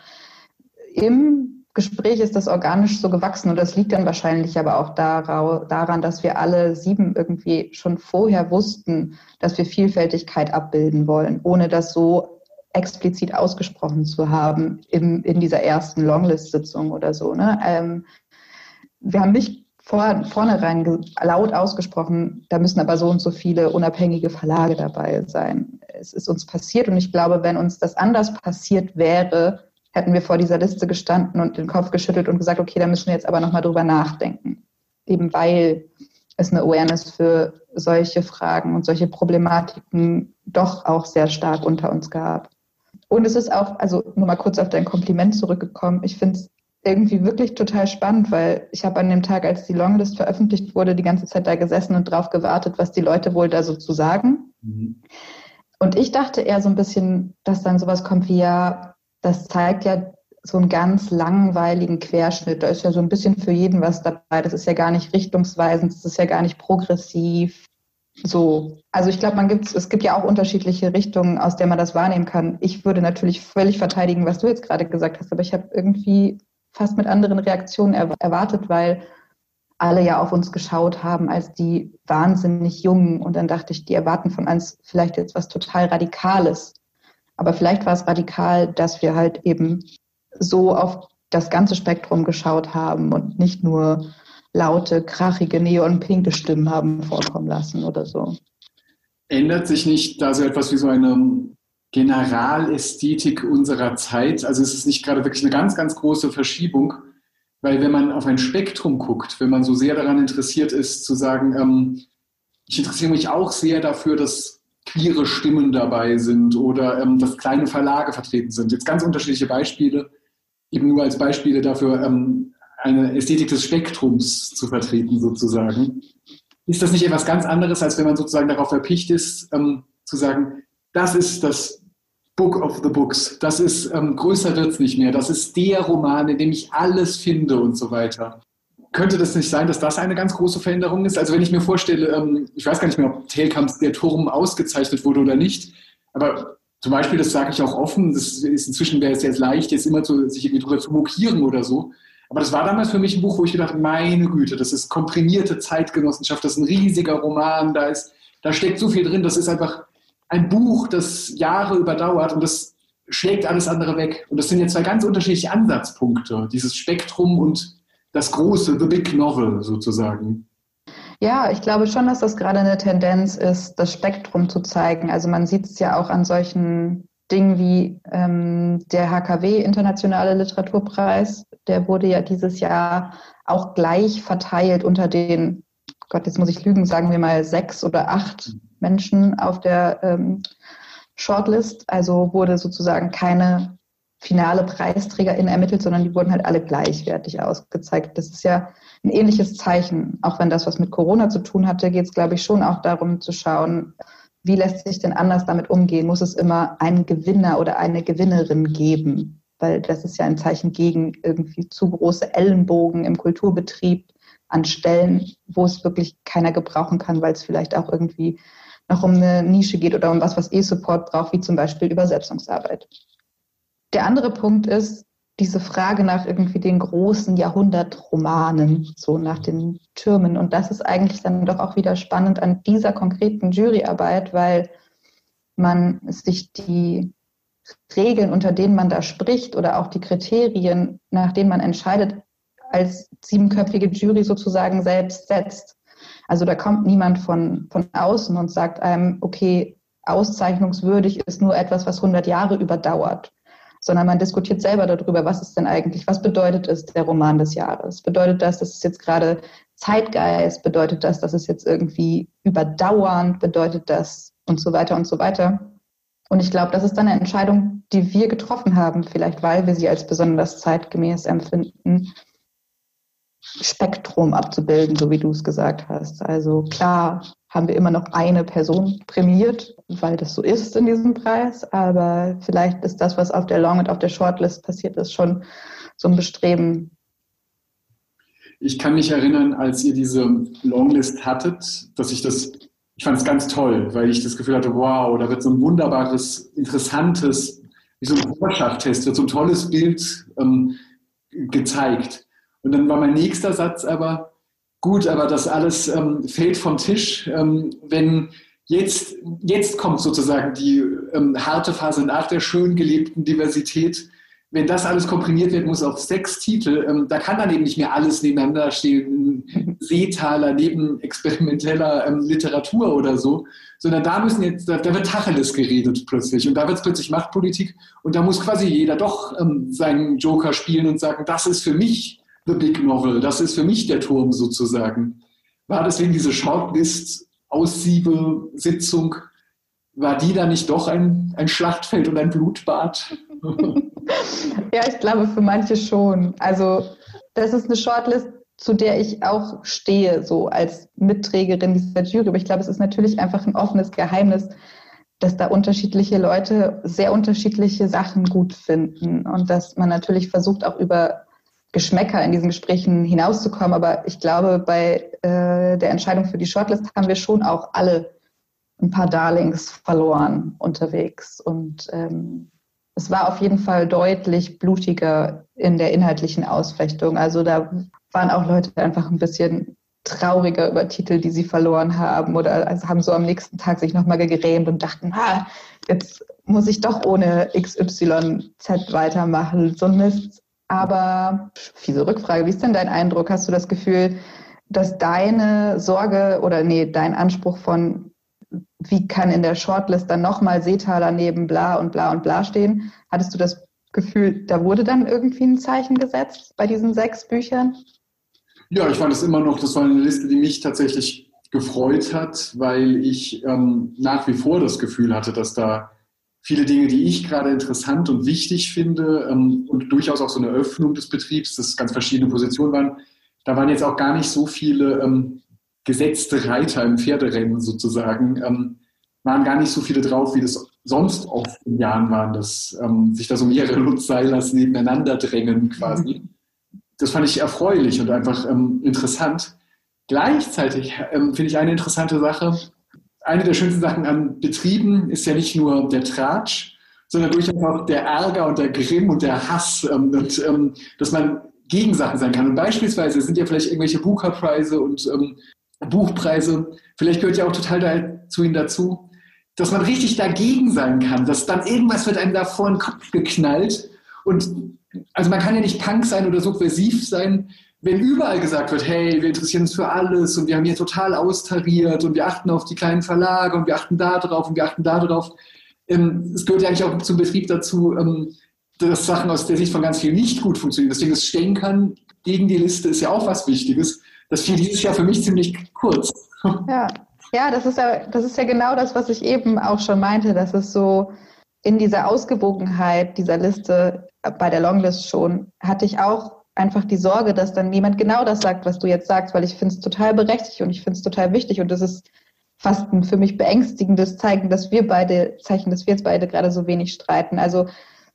im Gespräch ist das organisch so gewachsen und das liegt dann wahrscheinlich aber auch daran, dass wir alle sieben irgendwie schon vorher wussten, dass wir Vielfältigkeit abbilden wollen, ohne das so explizit ausgesprochen zu haben in, in dieser ersten Longlist-Sitzung oder so. Ne? Ähm, wir haben nicht vor, vornherein laut ausgesprochen, da müssen aber so und so viele unabhängige Verlage dabei sein. Es ist uns passiert und ich glaube, wenn uns das anders passiert wäre, hätten wir vor dieser Liste gestanden und den Kopf geschüttelt und gesagt, okay, da müssen wir jetzt aber nochmal drüber nachdenken. Eben weil es eine Awareness für solche Fragen und solche Problematiken doch auch sehr stark unter uns gab. Und es ist auch, also nur mal kurz auf dein Kompliment zurückgekommen, ich finde es irgendwie wirklich total spannend, weil ich habe an dem Tag, als die Longlist veröffentlicht wurde, die ganze Zeit da gesessen und drauf gewartet, was die Leute wohl da so zu sagen. Mhm. Und ich dachte eher so ein bisschen, dass dann sowas kommt wie, ja, das zeigt ja so einen ganz langweiligen Querschnitt. Da ist ja so ein bisschen für jeden was dabei. Das ist ja gar nicht richtungsweisend, das ist ja gar nicht progressiv. So. Also ich glaube, man gibt, es gibt ja auch unterschiedliche Richtungen, aus der man das wahrnehmen kann. Ich würde natürlich völlig verteidigen, was du jetzt gerade gesagt hast, aber ich habe irgendwie fast mit anderen Reaktionen erwartet, weil alle ja auf uns geschaut haben als die wahnsinnig Jungen. Und dann dachte ich, die erwarten von uns vielleicht jetzt was total Radikales. Aber vielleicht war es radikal, dass wir halt eben so auf das ganze Spektrum geschaut haben und nicht nur laute, krachige, neonpinke Stimmen haben vorkommen lassen oder so. Ändert sich nicht da so etwas wie so eine Generalästhetik unserer Zeit? Also es ist nicht gerade wirklich eine ganz, ganz große Verschiebung, weil wenn man auf ein Spektrum guckt, wenn man so sehr daran interessiert ist, zu sagen, ähm, ich interessiere mich auch sehr dafür, dass queere Stimmen dabei sind oder ähm, dass kleine Verlage vertreten sind. Jetzt ganz unterschiedliche Beispiele, eben nur als Beispiele dafür, ähm, eine Ästhetik des Spektrums zu vertreten sozusagen. Ist das nicht etwas ganz anderes, als wenn man sozusagen darauf erpicht ist, ähm, zu sagen, das ist das Book of the Books, das ist, ähm, größer wird's nicht mehr, das ist der Roman, in dem ich alles finde und so weiter. Könnte das nicht sein, dass das eine ganz große Veränderung ist? Also wenn ich mir vorstelle, ähm, ich weiß gar nicht mehr, ob Telkamps Der Turm ausgezeichnet wurde oder nicht, aber zum Beispiel, das sage ich auch offen, das ist inzwischen wäre es jetzt leicht, jetzt immer zu, sich irgendwie drüber zu mokieren oder so. Aber das war damals für mich ein Buch, wo ich gedacht, meine Güte, das ist komprimierte Zeitgenossenschaft, das ist ein riesiger Roman, da ist, da steckt so viel drin, das ist einfach ein Buch, das Jahre überdauert und das schlägt alles andere weg. Und das sind jetzt zwei ganz unterschiedliche Ansatzpunkte, dieses Spektrum und das große, the big novel sozusagen. Ja, ich glaube schon, dass das gerade eine Tendenz ist, das Spektrum zu zeigen. Also man sieht es ja auch an solchen Dingen wie ähm, der H K W Internationale Literaturpreis. Der wurde ja dieses Jahr auch gleich verteilt unter den, Gott, jetzt muss ich lügen, sagen wir mal sechs oder acht Menschen auf der ähm, Shortlist. Also wurde sozusagen keine finale Preisträgerin ermittelt, sondern die wurden halt alle gleichwertig ausgezeigt. Das ist ja ein ähnliches Zeichen. Auch wenn das was mit Corona zu tun hatte, geht es, glaube ich, schon auch darum zu schauen, wie lässt sich denn anders damit umgehen? Muss es immer einen Gewinner oder eine Gewinnerin geben? Weil das ist ja ein Zeichen gegen irgendwie zu große Ellenbogen im Kulturbetrieb an Stellen, wo es wirklich keiner gebrauchen kann, weil es vielleicht auch irgendwie noch um eine Nische geht oder um was, was E-Support braucht, wie zum Beispiel Übersetzungsarbeit. Der andere Punkt ist diese Frage nach irgendwie den großen Jahrhundertromanen, so nach den Türmen. Und das ist eigentlich dann doch auch wieder spannend an dieser konkreten Juryarbeit, weil man sich die Regeln, unter denen man da spricht oder auch die Kriterien, nach denen man entscheidet, als siebenköpfige Jury sozusagen selbst setzt. Also da kommt niemand von, von außen und sagt einem, okay, auszeichnungswürdig ist nur etwas, was hundert Jahre überdauert, sondern man diskutiert selber darüber, was ist denn eigentlich, was bedeutet es, der Roman des Jahres? Bedeutet das, dass es jetzt gerade Zeitgeist? Bedeutet das, dass es jetzt irgendwie überdauernd? Bedeutet das und so weiter und so weiter? Und ich glaube, das ist dann eine Entscheidung, die wir getroffen haben, vielleicht weil wir sie als besonders zeitgemäß empfinden, Spektrum abzubilden, so wie du es gesagt hast. Also klar haben wir immer noch eine Person prämiert, weil das so ist in diesem Preis, aber vielleicht ist das, was auf der Long- und auf der Shortlist passiert ist, schon so ein Bestreben. Ich kann mich erinnern, als ihr diese Longlist hattet, dass ich das, ich fand es ganz toll, weil ich das Gefühl hatte, wow, da wird so ein wunderbares, interessantes, wie so ein Rorschach-Test, wird so ein tolles Bild ähm, gezeigt. Und dann war mein nächster Satz aber, gut, aber das alles ähm, fällt vom Tisch, ähm, wenn jetzt, jetzt kommt sozusagen die ähm, harte Phase nach der schön gelebten Diversität, wenn das alles komprimiert werden muss auf sechs Titel, ähm, da kann dann eben nicht mehr alles nebeneinander stehen, Seetaler neben experimenteller ähm, Literatur oder so, sondern da müssen jetzt, da, da wird Tacheles geredet plötzlich und da wird es plötzlich Machtpolitik und da muss quasi jeder doch ähm, seinen Joker spielen und sagen, das ist für mich the big novel, das ist für mich der Turm sozusagen. War deswegen diese Shortlist-Aussiebe-Sitzung, war die da nicht doch ein, ein Schlachtfeld und ein Blutbad? Ja, ich glaube für manche schon. Also das ist eine Shortlist, zu der ich auch stehe, so als Mitträgerin dieser Jury. Aber ich glaube, es ist natürlich einfach ein offenes Geheimnis, dass da unterschiedliche Leute sehr unterschiedliche Sachen gut finden und dass man natürlich versucht, auch über Geschmäcker in diesen Gesprächen hinauszukommen. Aber ich glaube, bei äh, der Entscheidung für die Shortlist haben wir schon auch alle ein paar Darlings verloren unterwegs. Und ähm, es war auf jeden Fall deutlich blutiger in der inhaltlichen Ausfechtung. Also da waren auch Leute einfach ein bisschen trauriger über Titel, die sie verloren haben oder also haben so am nächsten Tag sich nochmal gegrämt und dachten, ah, jetzt muss ich doch ohne X Y Z weitermachen. So ein Mist. Aber fiese Rückfrage, wie ist denn dein Eindruck? Hast du das Gefühl, dass deine Sorge oder nee, dein Anspruch von wie kann in der Shortlist dann nochmal Seetaler neben bla und bla und bla stehen? Hattest du das Gefühl, da wurde dann irgendwie ein Zeichen gesetzt bei diesen sechs Büchern? Ja, ich fand es immer noch, das war eine Liste, die mich tatsächlich gefreut hat, weil ich ähm, nach wie vor das Gefühl hatte, dass da viele Dinge, die ich gerade interessant und wichtig finde ähm, und durchaus auch so eine Öffnung des Betriebs, dass ganz verschiedene Positionen waren, da waren jetzt auch gar nicht so viele ähm, gesetzte Reiter im Pferderennen sozusagen, ähm, waren gar nicht so viele drauf, wie das sonst oft in Jahren waren, dass ähm, sich da so mehrere Lutz Seilers nebeneinander drängen quasi. Das fand ich erfreulich und einfach ähm, interessant. Gleichzeitig ähm, finde ich eine interessante Sache, eine der schönsten Sachen an Betrieben ist ja nicht nur der Tratsch, sondern durchaus auch der Ärger und der Grimm und der Hass, ähm, und ähm, dass man Gegensachen sein kann. Und beispielsweise sind ja vielleicht irgendwelche Booker-Preise und ähm, Buchpreise, vielleicht gehört ja auch total dazu ihnen dazu, dass man richtig dagegen sein kann, dass dann irgendwas wird einem da vor den Kopf geknallt und also man kann ja nicht Punk sein oder subversiv sein, wenn überall gesagt wird, hey, wir interessieren uns für alles und wir haben hier total austariert und wir achten auf die kleinen Verlage und wir achten da drauf und wir achten da drauf. Ähm, es gehört ja eigentlich auch zum Betrieb dazu, ähm, dass Sachen aus der Sicht von ganz vielen nicht gut funktionieren. Deswegen das Stänkern gegen die Liste ist ja auch was Wichtiges. Das fiel dieses Jahr für mich ziemlich kurz. Ja, ja, das ist ja, das ist ja genau das, was ich eben auch schon meinte, dass es so in dieser Ausgewogenheit dieser Liste bei der Longlist schon, hatte ich auch einfach die Sorge, dass dann niemand genau das sagt, was du jetzt sagst, weil ich finde es total berechtigt und ich finde es total wichtig und das ist fast ein für mich beängstigendes Zeichen, dass wir beide, Zeichen, dass wir jetzt beide gerade so wenig streiten. Also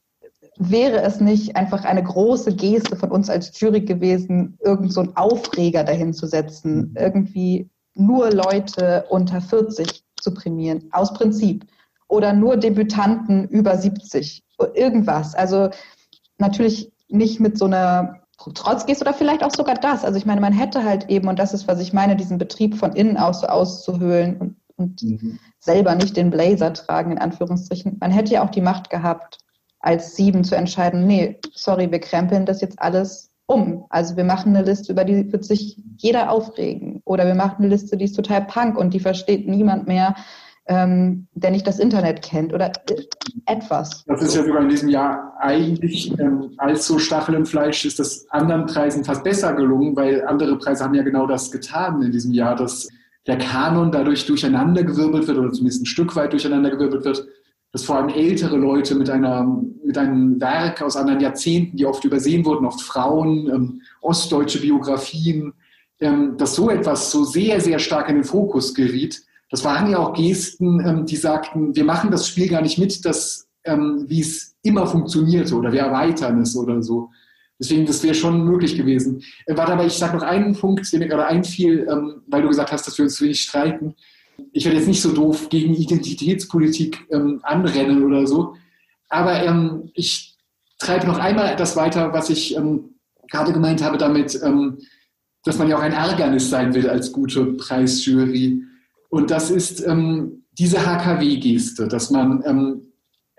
wäre es nicht einfach eine große Geste von uns als Jury gewesen, irgend so einen Aufreger dahin zu setzen, irgendwie nur Leute unter vierzig zu prämieren, aus Prinzip. Oder nur Debütanten über siebzig, irgendwas. Also natürlich nicht mit so einer Trotzgeste oder vielleicht auch sogar das. Also ich meine, man hätte halt eben, und das ist, was ich meine, diesen Betrieb von innen aus so auszuhöhlen und, und mhm. selber nicht den Blazer tragen, in Anführungsstrichen. Man hätte ja auch die Macht gehabt, als Sieben zu entscheiden, nee, sorry, wir krempeln das jetzt alles um. Also wir machen eine Liste, über die wird sich jeder aufregen. Oder wir machen eine Liste, die ist total Punk und die versteht niemand mehr, ähm, der nicht das Internet kennt oder etwas. Das ist ja sogar in diesem Jahr eigentlich ähm, als so Stachel im Fleisch ist das anderen Preisen fast besser gelungen, weil andere Preise haben ja genau das getan in diesem Jahr, dass der Kanon dadurch durcheinandergewirbelt wird oder zumindest ein Stück weit durcheinandergewirbelt wird, dass vor allem ältere Leute mit einer mit einem Werk aus anderen Jahrzehnten, die oft übersehen wurden, oft Frauen, ähm, ostdeutsche Biografien, ähm, dass so etwas so sehr, sehr stark in den Fokus geriet. Das waren ja auch Gesten, ähm, die sagten, wir machen das Spiel gar nicht mit, dass, ähm, wie es immer funktionierte oder wir erweitern es oder so. Deswegen, das wäre schon möglich gewesen. Äh, warte, aber ich sage noch einen Punkt, der mir gerade einfiel, ähm, weil du gesagt hast, dass wir uns zu wenig streiten. Ich werde jetzt nicht so doof gegen Identitätspolitik ähm, anrennen oder so, aber ähm, ich treibe noch einmal das weiter, was ich ähm, gerade gemeint habe damit, ähm, dass man ja auch ein Ärgernis sein will als gute Preisjury. Und das ist ähm, diese H K W-Geste, dass man ähm,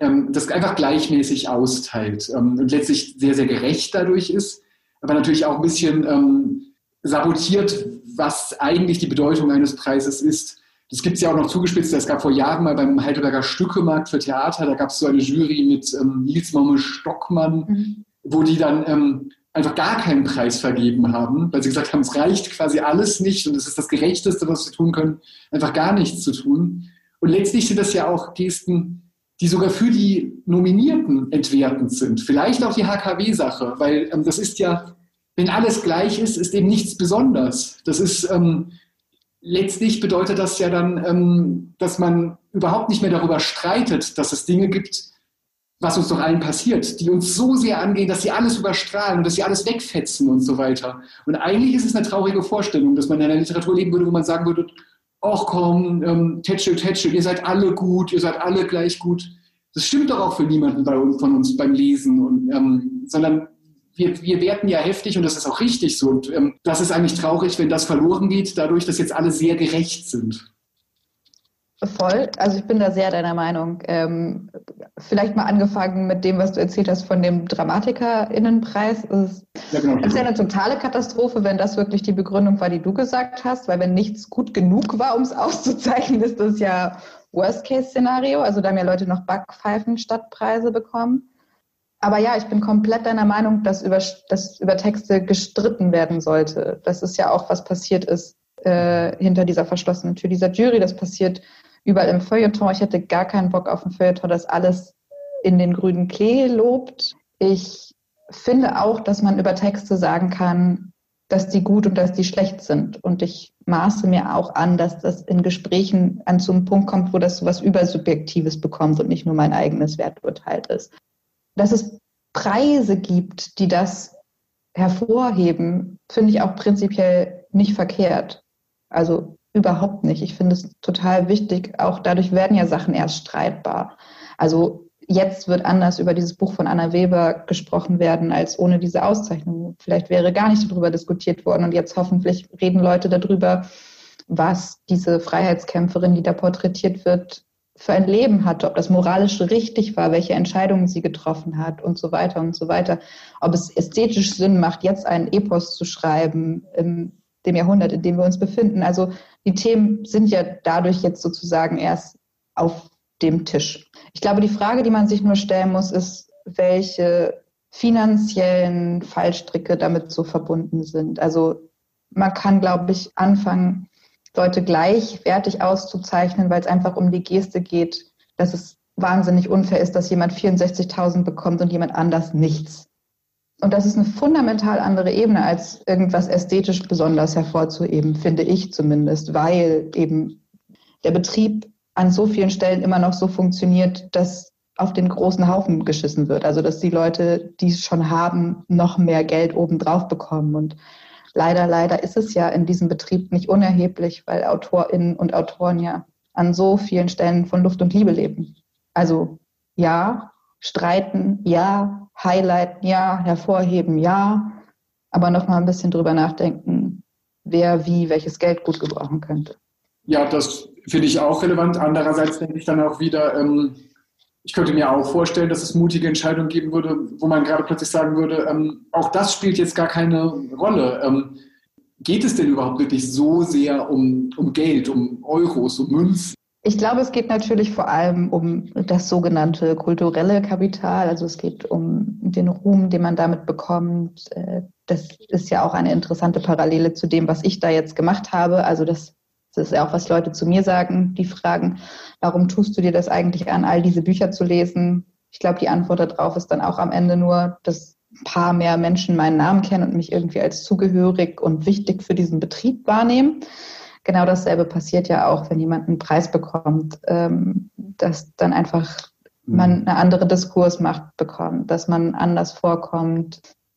ähm, das einfach gleichmäßig austeilt ähm, und letztlich sehr, sehr gerecht dadurch ist, aber natürlich auch ein bisschen ähm, sabotiert, was eigentlich die Bedeutung eines Preises ist. Das gibt es ja auch noch zugespitzt. Es gab vor Jahren mal beim Heidelberger Stückemarkt für Theater, da gab es so eine Jury mit ähm, Nils Momme Stockmann, mhm. wo die dann ähm, einfach gar keinen Preis vergeben haben, weil sie gesagt haben, es reicht quasi alles nicht und es ist das Gerechteste, was wir tun können, einfach gar nichts zu tun. Und letztlich sind das ja auch Gesten, die sogar für die Nominierten entwertend sind. Vielleicht auch die H K W-Sache, weil ähm, das ist ja, wenn alles gleich ist, ist eben nichts Besonderes. Das ist, ähm, letztlich bedeutet das ja dann, ähm, dass man überhaupt nicht mehr darüber streitet, dass es Dinge gibt, was uns doch allen passiert, die uns so sehr angehen, dass sie alles überstrahlen und dass sie alles wegfetzen und so weiter. Und eigentlich ist es eine traurige Vorstellung, dass man in einer Literatur leben würde, wo man sagen würde, ach komm, ähm, tätschel, tätschel, ihr seid alle gut, ihr seid alle gleich gut. Das stimmt doch auch für niemanden bei uns, von uns beim Lesen, und, ähm, sondern wir, wir werten ja heftig und das ist auch richtig so. Und ähm, das ist eigentlich traurig, wenn das verloren geht, dadurch, dass jetzt alle sehr gerecht sind. Voll, also ich bin da sehr deiner Meinung. Ähm, vielleicht mal angefangen mit dem, was du erzählt hast von dem DramatikerInnenpreis. Es ist ja, genau. ist ja eine totale Katastrophe, wenn das wirklich die Begründung war, die du gesagt hast, weil wenn nichts gut genug war, um es auszuzeichnen, ist das ja Worst-Case-Szenario. Also da haben ja Leute noch Backpfeifen statt Preise bekommen. Aber ja, ich bin komplett deiner Meinung, dass über, dass über Texte gestritten werden sollte. Das ist ja auch, was passiert ist äh, hinter dieser verschlossenen Tür dieser Jury. Das passiert überall im Feuilleton. Ich hätte gar keinen Bock auf ein Feuilleton, das alles in den grünen Klee lobt. Ich finde auch, dass man über Texte sagen kann, dass die gut und dass die schlecht sind. Und ich maße mir auch an, dass das in Gesprächen an so einen Punkt kommt, wo das so was Übersubjektives bekommt und nicht nur mein eigenes Werturteil ist. Dass es Preise gibt, die das hervorheben, finde ich auch prinzipiell nicht verkehrt. Also überhaupt nicht. Ich finde es total wichtig. Auch dadurch werden ja Sachen erst streitbar. Also jetzt wird anders über dieses Buch von Anna Weber gesprochen werden, als ohne diese Auszeichnung. Vielleicht wäre gar nicht darüber diskutiert worden. Und jetzt hoffentlich reden Leute darüber, was diese Freiheitskämpferin, die da porträtiert wird, für ein Leben hatte, ob das moralisch richtig war, welche Entscheidungen sie getroffen hat und so weiter und so weiter. Ob es ästhetisch Sinn macht, jetzt einen Epos zu schreiben im dem Jahrhundert, in dem wir uns befinden. Also die Themen sind ja dadurch jetzt sozusagen erst auf dem Tisch. Ich glaube, die Frage, die man sich nur stellen muss, ist, welche finanziellen Fallstricke damit so verbunden sind. Also man kann, glaube ich, anfangen, Leute gleichwertig auszuzeichnen, weil es einfach um die Geste geht, dass es wahnsinnig unfair ist, dass jemand vierundsechzigtausend bekommt und jemand anders nichts. Und das ist eine fundamental andere Ebene, als irgendwas ästhetisch besonders hervorzuheben, finde ich zumindest, weil eben der Betrieb an so vielen Stellen immer noch so funktioniert, dass auf den großen Haufen geschissen wird. Also dass die Leute, die es schon haben, noch mehr Geld obendrauf bekommen. Und leider, leider ist es ja in diesem Betrieb nicht unerheblich, weil AutorInnen und Autoren ja an so vielen Stellen von Luft und Liebe leben. Also ja, streiten, ja, highlighten, ja, hervorheben, ja, aber noch mal ein bisschen drüber nachdenken, wer wie welches Geld gut gebrauchen könnte. Ja, das finde ich auch relevant. Andererseits denke ich dann auch wieder, ähm, ich könnte mir auch vorstellen, dass es mutige Entscheidungen geben würde, wo man gerade plötzlich sagen würde, ähm, auch das spielt jetzt gar keine Rolle. Ähm, geht es denn überhaupt wirklich so sehr um, um Geld, um Euros, um Münzen? Ich glaube, es geht natürlich vor allem um das sogenannte kulturelle Kapital. Also es geht um den Ruhm, den man damit bekommt. Das ist ja auch eine interessante Parallele zu dem, was ich da jetzt gemacht habe. Also das, das ist ja auch, was Leute zu mir sagen, die fragen, warum tust du dir das eigentlich an, all diese Bücher zu lesen? Ich glaube, die Antwort darauf ist dann auch am Ende nur, dass ein paar mehr Menschen meinen Namen kennen und mich irgendwie als zugehörig und wichtig für diesen Betrieb wahrnehmen. Genau dasselbe passiert ja auch, wenn jemand einen Preis bekommt, ähm, dass dann einfach man eine andere Diskursmacht bekommt, dass man anders vorkommt.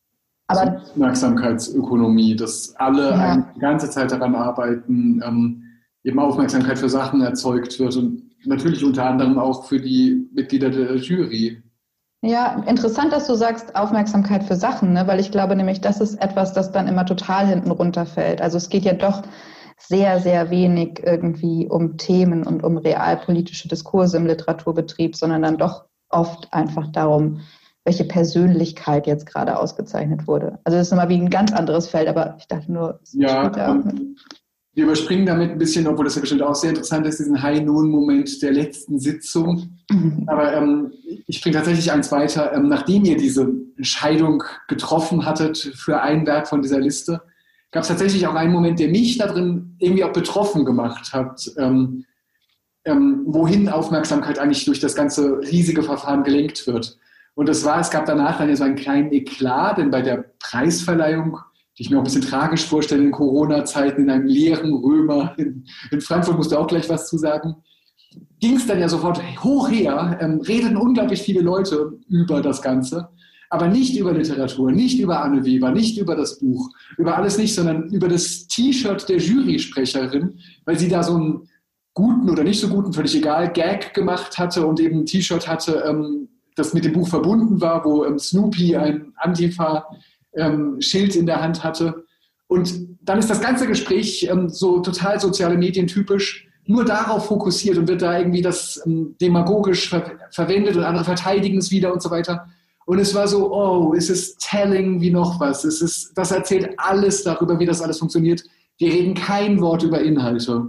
Aber Aufmerksamkeitsökonomie, dass alle ja. die ganze Zeit daran arbeiten, ähm, eben Aufmerksamkeit für Sachen erzeugt wird und natürlich unter anderem auch für die Mitglieder der Jury. Ja, interessant, dass du sagst Aufmerksamkeit für Sachen, ne? Weil ich glaube nämlich, das ist etwas, das dann immer total hinten runterfällt. Also es geht ja doch sehr, sehr wenig irgendwie um Themen und um realpolitische Diskurse im Literaturbetrieb, sondern dann doch oft einfach darum, welche Persönlichkeit jetzt gerade ausgezeichnet wurde. Also das ist nochmal wie ein ganz anderes Feld, aber ich dachte nur, es ja, spielt da auch mit. Wir überspringen damit ein bisschen, obwohl das ja bestimmt auch sehr interessant ist, diesen High-Noon-Moment der letzten Sitzung. Aber ähm, ich bringe tatsächlich eins weiter. Ähm, nachdem ihr diese Entscheidung getroffen hattet für ein Werk von dieser Liste, gab es tatsächlich auch einen Moment, der mich da drin irgendwie auch betroffen gemacht hat, ähm, ähm, wohin Aufmerksamkeit eigentlich durch das ganze riesige Verfahren gelenkt wird. Und das war, es gab danach dann ja so einen kleinen Eklat, denn bei der Preisverleihung, die ich mir auch ein bisschen tragisch vorstelle, in Corona-Zeiten, in einem leeren Römer, in, in Frankfurt, musst du auch gleich was zu sagen, ging es dann ja sofort hoch her, ähm, redeten unglaublich viele Leute über das Ganze, aber nicht über Literatur, nicht über Anne Weber, nicht über das Buch, über alles nicht, sondern über das T-Shirt der Jurysprecherin, weil sie da so einen guten oder nicht so guten, völlig egal, Gag gemacht hatte und eben ein T-Shirt hatte, ähm, das mit dem Buch verbunden war, wo ähm, Snoopy ein Antifa Ähm, Schild in der Hand hatte. Und dann ist das ganze Gespräch ähm, so total soziale Medien typisch nur darauf fokussiert und wird da irgendwie das ähm, demagogisch ver- verwendet und andere verteidigen es wieder und so weiter. Und es war so, oh, es ist telling wie noch was. Es ist, das erzählt alles darüber, wie das alles funktioniert. Wir reden kein Wort über Inhalte.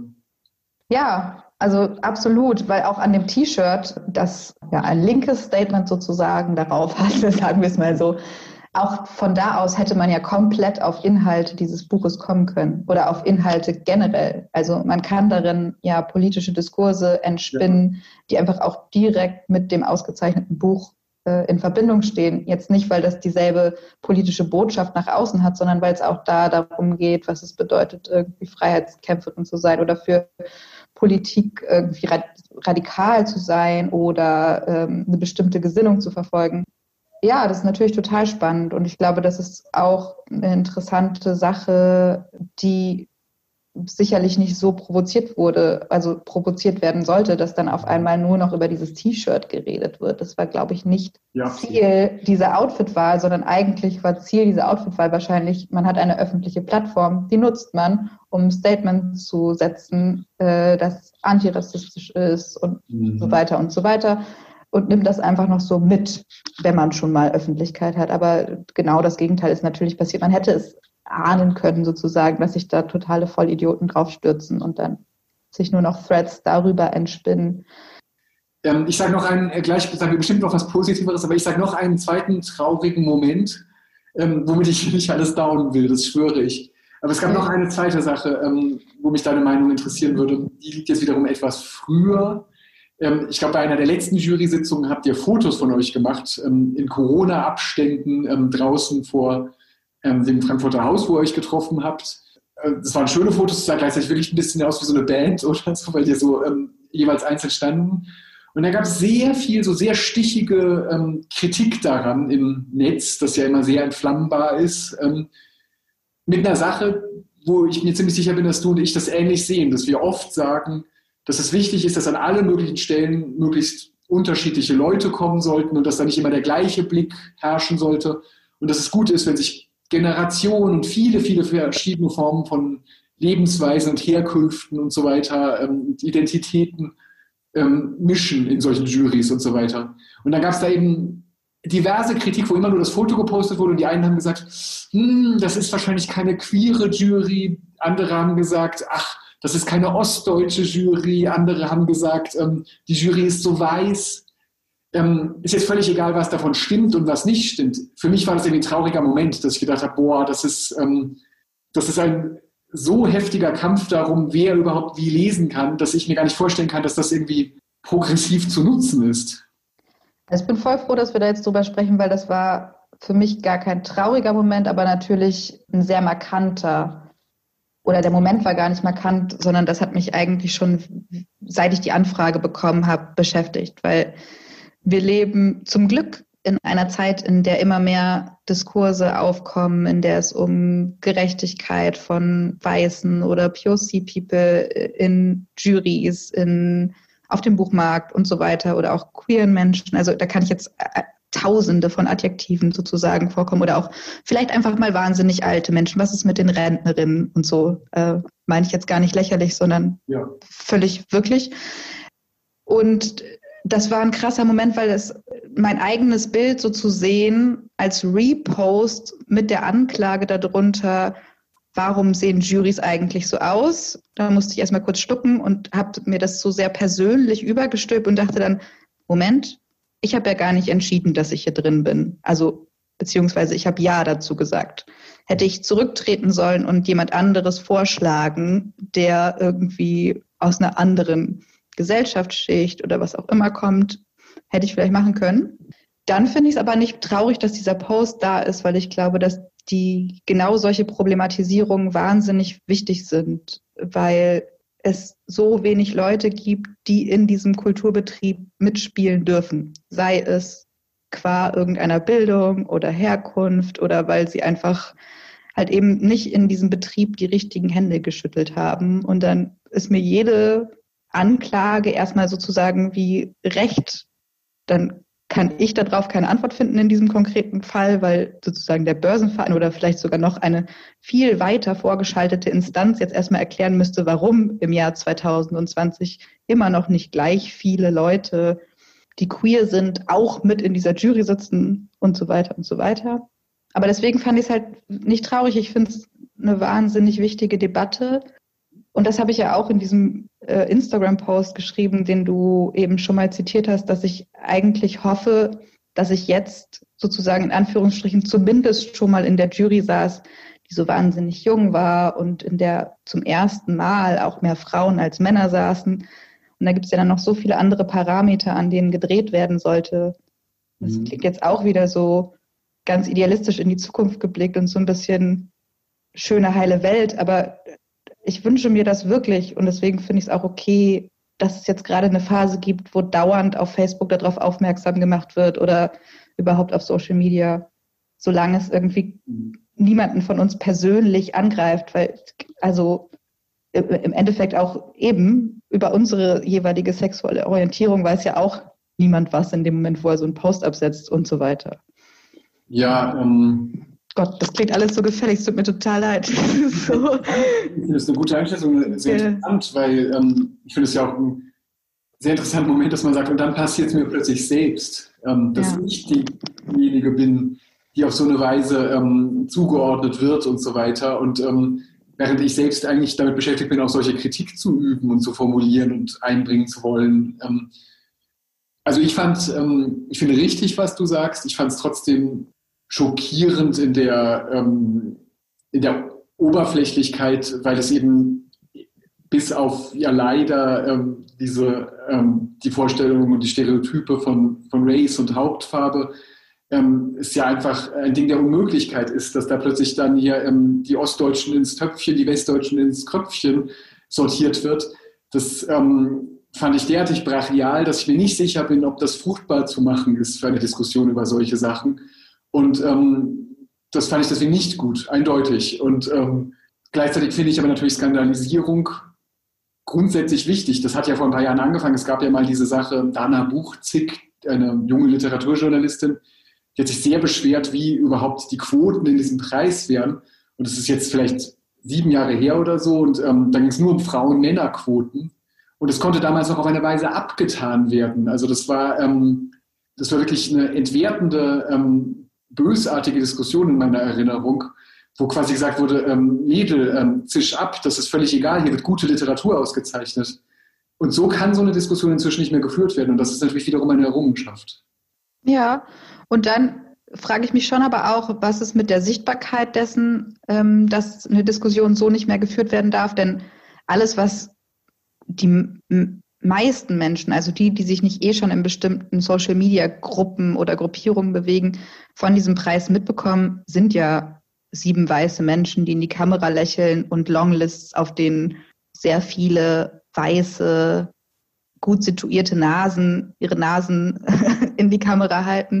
Ja, also absolut, weil auch an dem T-Shirt, das ja ein linkes Statement sozusagen darauf hatte, sagen wir es mal so, auch von da aus hätte man ja komplett auf Inhalte dieses Buches kommen können oder auf Inhalte generell. Also man kann darin ja politische Diskurse entspinnen, ja, die einfach auch direkt mit dem ausgezeichneten Buch äh, in Verbindung stehen. Jetzt nicht, weil das dieselbe politische Botschaft nach außen hat, sondern weil es auch da darum geht, was es bedeutet, irgendwie Freiheitskämpferin zu sein oder für Politik irgendwie radikal zu sein oder ähm, eine bestimmte Gesinnung zu verfolgen. Ja, das ist natürlich total spannend und ich glaube, das ist auch eine interessante Sache, die sicherlich nicht so provoziert wurde, also provoziert werden sollte, dass dann auf einmal nur noch über dieses T-Shirt geredet wird. Das war, glaube ich, nicht ja. Ziel dieser Outfit-Wahl, sondern eigentlich war Ziel dieser Outfit-Wahl wahrscheinlich, man hat eine öffentliche Plattform, die nutzt man, um ein Statement zu setzen, äh, das antirassistisch ist und mhm. so weiter und so weiter. Und nimmt das einfach noch so mit, wenn man schon mal Öffentlichkeit hat. Aber genau das Gegenteil ist natürlich passiert. Man hätte es ahnen können sozusagen, dass sich da totale Vollidioten draufstürzen und dann sich nur noch Threads darüber entspinnen. Ähm, ich sage noch einen, äh, gleich sagen wir bestimmt noch was Positiveres, aber ich sage noch einen zweiten traurigen Moment, ähm, womit ich nicht alles downen will, das schwöre ich. Aber es gab okay. noch eine zweite Sache, ähm, wo mich deine Meinung interessieren würde. Die liegt jetzt wiederum etwas früher. Ich glaube, bei einer der letzten Jury-Sitzungen habt ihr Fotos von euch gemacht, in Corona-Abständen draußen vor dem Frankfurter Haus, wo ihr euch getroffen habt. Das waren schöne Fotos, es sah gleichzeitig wirklich ein bisschen aus wie so eine Band oder so, weil ihr so jeweils einzeln standen. Und da gab es sehr viel, so sehr stichige Kritik daran im Netz, das ja immer sehr entflammbar ist, mit einer Sache, wo ich mir ziemlich sicher bin, dass du und ich das ähnlich sehen, dass wir oft sagen, dass es wichtig ist, dass an allen möglichen Stellen möglichst unterschiedliche Leute kommen sollten und dass da nicht immer der gleiche Blick herrschen sollte und dass es gut ist, wenn sich Generationen und viele, viele verschiedene Formen von Lebensweisen und Herkünften und so weiter, ähm, Identitäten ähm, mischen in solchen Jurys und so weiter. Und dann gab es da eben diverse Kritik, wo immer nur das Foto gepostet wurde und die einen haben gesagt, hm, das ist wahrscheinlich keine queere Jury, andere haben gesagt, ach, das ist keine ostdeutsche Jury. Andere haben gesagt, ähm, die Jury ist so weiß. Ähm, ist jetzt völlig egal, was davon stimmt und was nicht stimmt. Für mich war das irgendwie ein trauriger Moment, dass ich gedacht habe, boah, das ist, ähm, das ist ein so heftiger Kampf darum, wer überhaupt wie lesen kann, dass ich mir gar nicht vorstellen kann, dass das irgendwie progressiv zu nutzen ist. Ich bin voll froh, dass wir da jetzt drüber sprechen, weil das war für mich gar kein trauriger Moment, aber natürlich ein sehr markanter. Oder der Moment war gar nicht markant, sondern das hat mich eigentlich schon, seit ich die Anfrage bekommen habe, beschäftigt. Weil wir leben zum Glück in einer Zeit, in der immer mehr Diskurse aufkommen, in der es um Gerechtigkeit von Weißen oder P O C-People in Juries, in, auf dem Buchmarkt und so weiter oder auch queeren Menschen. Also da kann ich jetzt Tausende von Adjektiven sozusagen vorkommen oder auch vielleicht einfach mal wahnsinnig alte Menschen. Was ist mit den Rentnerinnen und so? Äh, meine ich jetzt gar nicht lächerlich, sondern ja. völlig wirklich. Und das war ein krasser Moment, weil es mein eigenes Bild so zu sehen als Repost mit der Anklage darunter, warum sehen Jurys eigentlich so aus? Da musste ich erstmal kurz schlucken und habe mir das so sehr persönlich übergestülpt und dachte dann, Moment, ich habe ja gar nicht entschieden, dass ich hier drin bin. Also beziehungsweise ich habe Ja dazu gesagt. Hätte ich zurücktreten sollen und jemand anderes vorschlagen, der irgendwie aus einer anderen Gesellschaftsschicht oder was auch immer kommt, hätte ich vielleicht machen können. Dann finde ich es aber nicht traurig, dass dieser Post da ist, weil ich glaube, dass die genau solche Problematisierungen wahnsinnig wichtig sind, weil es so wenig Leute gibt, die in diesem Kulturbetrieb mitspielen dürfen. Sei es qua irgendeiner Bildung oder Herkunft oder weil sie einfach halt eben nicht in diesem Betrieb die richtigen Hände geschüttelt haben. Und dann ist mir jede Anklage erstmal sozusagen wie Recht, dann kann ich darauf keine Antwort finden in diesem konkreten Fall, weil sozusagen der Börsenverein oder vielleicht sogar noch eine viel weiter vorgeschaltete Instanz jetzt erstmal erklären müsste, warum im Jahr zwanzig zwanzig immer noch nicht gleich viele Leute, die queer sind, auch mit in dieser Jury sitzen und so weiter und so weiter. Aber deswegen fand ich es halt nicht traurig. Ich finde es eine wahnsinnig wichtige Debatte. Und das habe ich ja auch in diesem äh, Instagram-Post geschrieben, den du eben schon mal zitiert hast, dass ich eigentlich hoffe, dass ich jetzt sozusagen in Anführungsstrichen zumindest schon mal in der Jury saß, die so wahnsinnig jung war und in der zum ersten Mal auch mehr Frauen als Männer saßen. Und da gibt es ja dann noch so viele andere Parameter, an denen gedreht werden sollte. Das mhm. klingt jetzt auch wieder so ganz idealistisch in die Zukunft geblickt und so ein bisschen schöne, heile Welt, aber ich wünsche mir das wirklich und deswegen finde ich es auch okay, dass es jetzt gerade eine Phase gibt, wo dauernd auf Facebook darauf aufmerksam gemacht wird oder überhaupt auf Social Media, solange es irgendwie niemanden von uns persönlich angreift, weil also im Endeffekt auch eben über unsere jeweilige sexuelle Orientierung weiß ja auch niemand was in dem Moment, wo er so einen Post absetzt und so weiter. Ja, ähm... Gott, das klingt alles so gefällig, es tut mir total leid. So. Ich finde das eine gute Einschätzung, sehr ja. interessant, weil ähm, ich finde es ja auch ein sehr interessanter Moment, dass man sagt, und dann passiert es mir plötzlich selbst, ähm, dass ja. ich diejenige bin, die auf so eine Weise ähm, zugeordnet wird und so weiter. Und ähm, während ich selbst eigentlich damit beschäftigt bin, auch solche Kritik zu üben und zu formulieren und einbringen zu wollen. Ähm, also ich fand, ähm, ich finde richtig, was du sagst. Ich fand es trotzdem schockierend in der, ähm, in der Oberflächlichkeit, weil es eben bis auf ja leider ähm, diese ähm, die Vorstellungen und die Stereotype von, von Race und Hauptfarbe ähm, es ja einfach ein Ding der Unmöglichkeit ist, dass da plötzlich dann hier ähm, die Ostdeutschen ins Töpfchen, die Westdeutschen ins Kröpfchen sortiert wird. Das ähm, fand ich derartig brachial, dass ich mir nicht sicher bin, ob das fruchtbar zu machen ist für eine Diskussion über solche Sachen. Und ähm, das fand ich deswegen nicht gut, eindeutig. Und ähm, gleichzeitig finde ich aber natürlich Skandalisierung grundsätzlich wichtig. Das hat ja vor ein paar Jahren angefangen. Es gab ja mal diese Sache, Dana Buchzig, eine junge Literaturjournalistin, die hat sich sehr beschwert, wie überhaupt die Quoten in diesem Preis wären. Und das ist jetzt vielleicht sieben Jahre her oder so. Und ähm, da ging es nur um Frauen-Männer-Quoten. Und es konnte damals noch auf eine Weise abgetan werden. Also das war, ähm, das war wirklich eine entwertende, ähm, bösartige Diskussion in meiner Erinnerung, wo quasi gesagt wurde, ähm, Mädel, ähm, zisch ab, das ist völlig egal, hier wird gute Literatur ausgezeichnet. Und so kann so eine Diskussion inzwischen nicht mehr geführt werden. Und das ist natürlich wiederum eine Errungenschaft. Ja, und dann frage ich mich schon aber auch, was ist mit der Sichtbarkeit dessen, ähm, dass eine Diskussion so nicht mehr geführt werden darf? Denn alles, was die m- meisten Menschen, also die, die sich nicht eh schon in bestimmten Social-Media-Gruppen oder Gruppierungen bewegen, von diesem Preis mitbekommen, sind ja sieben weiße Menschen, die in die Kamera lächeln und Longlists, auf denen sehr viele weiße, gut situierte Nasen ihre Nasen in die Kamera halten.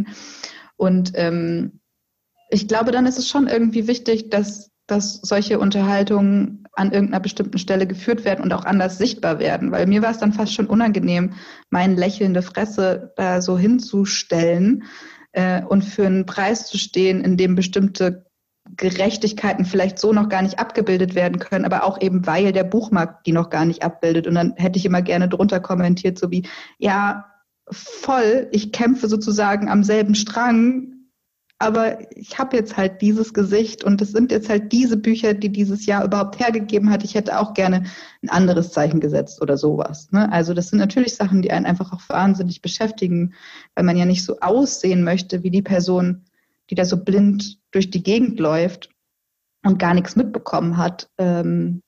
Und ähm, ich glaube, dann ist es schon irgendwie wichtig, dass, dass solche Unterhaltungen an irgendeiner bestimmten Stelle geführt werden und auch anders sichtbar werden. Weil mir war es dann fast schon unangenehm, meine lächelnde Fresse da so hinzustellen äh, und für einen Preis zu stehen, in dem bestimmte Gerechtigkeiten vielleicht so noch gar nicht abgebildet werden können, aber auch eben, weil der Buchmarkt die noch gar nicht abbildet. Und dann hätte ich immer gerne drunter kommentiert, so wie, ja, voll, ich kämpfe sozusagen am selben Strang, aber ich habe jetzt halt dieses Gesicht und es sind jetzt halt diese Bücher, die dieses Jahr überhaupt hergegeben hat. Ich hätte auch gerne ein anderes Zeichen gesetzt oder sowas. Ne? Also das sind natürlich Sachen, die einen einfach auch wahnsinnig beschäftigen, weil man ja nicht so aussehen möchte wie die Person, die da so blind durch die Gegend läuft und gar nichts mitbekommen hat. Ähm,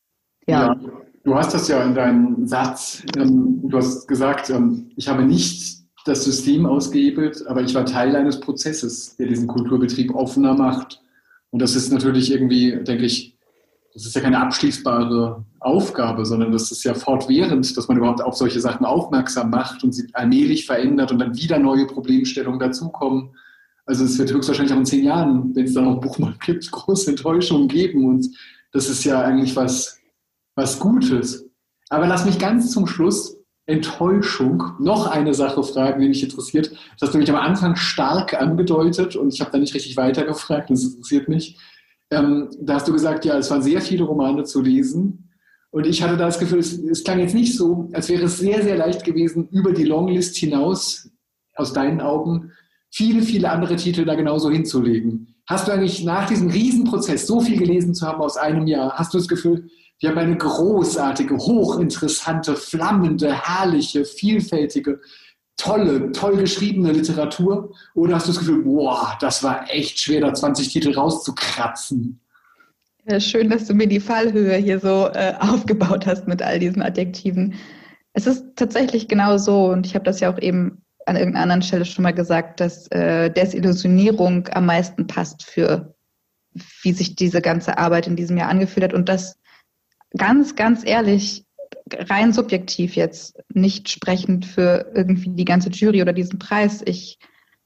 ja. ja, du hast das ja in deinem Satz, ähm, du hast gesagt, ähm, ich habe nicht das System ausgehebelt, aber ich war Teil eines Prozesses, der diesen Kulturbetrieb offener macht. Und das ist natürlich irgendwie, denke ich, das ist ja keine abschließbare Aufgabe, sondern das ist ja fortwährend, dass man überhaupt auf solche Sachen aufmerksam macht und sie allmählich verändert und dann wieder neue Problemstellungen dazukommen. Also es wird höchstwahrscheinlich auch in zehn Jahren, wenn es da noch ein Buchmarkt gibt, große Enttäuschungen geben. Und das ist ja eigentlich was, was Gutes. Aber lass mich ganz zum Schluss Enttäuschung noch eine Sache fragen, die mich interessiert. Das hast du mich am Anfang stark angedeutet und ich habe da nicht richtig weitergefragt, das interessiert mich. Ähm, da hast du gesagt, ja, es waren sehr viele Romane zu lesen und ich hatte da das Gefühl, es, es klang jetzt nicht so, als wäre es sehr, sehr leicht gewesen, über die Longlist hinaus, aus deinen Augen, viele, viele andere Titel da genauso hinzulegen. Hast du eigentlich nach diesem Riesenprozess, so viel gelesen zu haben aus einem Jahr, hast du das Gefühl, wir haben eine großartige, hochinteressante, flammende, herrliche, vielfältige, tolle, toll geschriebene Literatur? Oder hast du das Gefühl, boah, das war echt schwer, da zwanzig Titel rauszukratzen? Ja, schön, dass du mir die Fallhöhe hier so äh, aufgebaut hast mit all diesen Adjektiven. Es ist tatsächlich genau so, und ich habe das ja auch eben an irgendeiner anderen Stelle schon mal gesagt, dass äh, Desillusionierung am meisten passt für, wie sich diese ganze Arbeit in diesem Jahr angefühlt hat. Und das ganz, ganz ehrlich, rein subjektiv jetzt, nicht sprechend für irgendwie die ganze Jury oder diesen Preis. Ich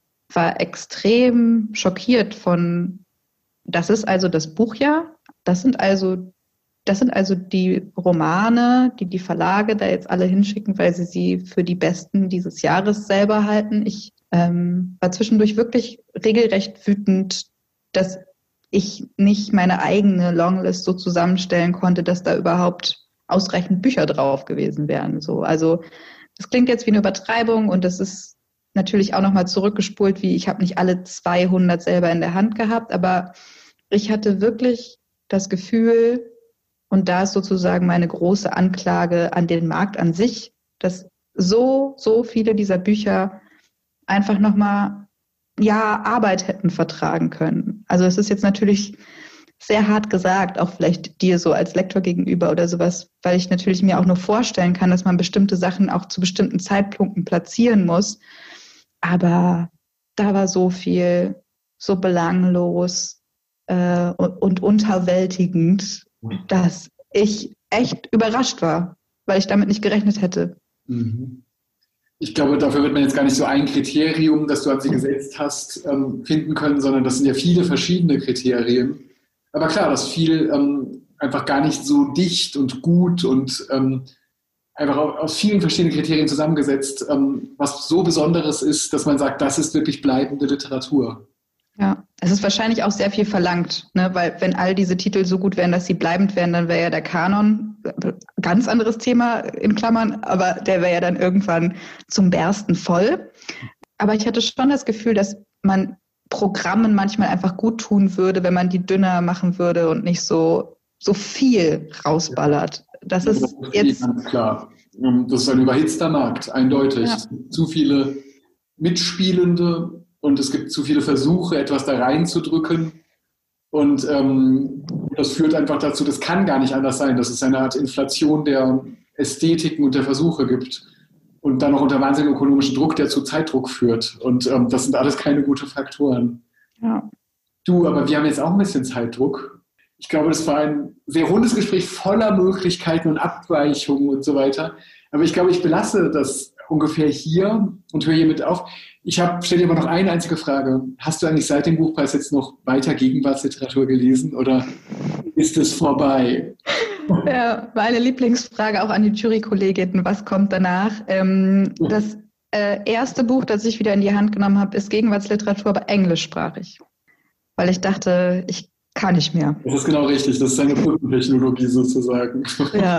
war extrem schockiert von, das ist also das Buchjahr, das sind also, das sind also die Romane, die die Verlage da jetzt alle hinschicken, weil sie sie für die besten dieses Jahres selber halten. Ich ähm, war zwischendurch wirklich regelrecht wütend, dass ich nicht meine eigene Longlist so zusammenstellen konnte, dass da überhaupt ausreichend Bücher drauf gewesen wären. So, also das klingt jetzt wie eine Übertreibung und das ist natürlich auch nochmal zurückgespult, wie ich habe nicht alle zweihundert selber in der Hand gehabt, aber ich hatte wirklich das Gefühl, und da ist sozusagen meine große Anklage an den Markt an sich, dass so, so viele dieser Bücher einfach nochmal ja, Arbeit hätten vertragen können. Also es ist jetzt natürlich sehr hart gesagt, auch vielleicht dir so als Lektor gegenüber oder sowas, weil ich natürlich mir auch nur vorstellen kann, dass man bestimmte Sachen auch zu bestimmten Zeitpunkten platzieren muss. Aber da war so viel, so belanglos äh, und, und unterwältigend, dass ich echt überrascht war, weil ich damit nicht gerechnet hätte. Mhm. Ich glaube, dafür wird man jetzt gar nicht so ein Kriterium, das du an sie gesetzt hast, ähm, finden können, sondern das sind ja viele verschiedene Kriterien. Aber klar, dass viel ähm, einfach gar nicht so dicht und gut und ähm, einfach aus vielen verschiedenen Kriterien zusammengesetzt, ähm, was so Besonderes ist, dass man sagt, das ist wirklich bleibende Literatur. Ja, es ist wahrscheinlich auch sehr viel verlangt, ne? Weil wenn all diese Titel so gut wären, dass sie bleibend wären, dann wäre ja der Kanon, ganz anderes Thema in Klammern, aber der wäre ja dann irgendwann zum Bersten voll. Aber ich hatte schon das Gefühl, dass man Programmen manchmal einfach gut tun würde, wenn man die dünner machen würde und nicht so, so viel rausballert. Das ist, das ist jetzt ganz klar. Das ist ein überhitzter Markt, eindeutig. Ja. Zu viele Mitspielende. Und es gibt zu viele Versuche, etwas da reinzudrücken. Und ähm, das führt einfach dazu, das kann gar nicht anders sein, dass es eine Art Inflation der Ästhetiken und der Versuche gibt. Und dann noch unter wahnsinnigem ökonomischen Druck, der zu Zeitdruck führt. Und ähm, das sind alles keine guten Faktoren. Ja. Du, aber wir haben jetzt auch ein bisschen Zeitdruck. Ich glaube, das war ein sehr rundes Gespräch voller Möglichkeiten und Abweichungen und so weiter. Aber ich glaube, ich belasse das ungefähr hier und höre hiermit auf. Ich stelle dir aber noch eine einzige Frage. Hast du eigentlich seit dem Buchpreis jetzt noch weiter Gegenwartsliteratur gelesen oder ist es vorbei? Ja, meine Lieblingsfrage auch an die Jurykolleginnen, was kommt danach? Ähm, das äh, erste Buch, das ich wieder in die Hand genommen habe, ist Gegenwartsliteratur, aber englischsprachig. Weil ich dachte, ich kann nicht mehr. Das ist genau richtig, das ist eine Brückentechnologie sozusagen. Ja,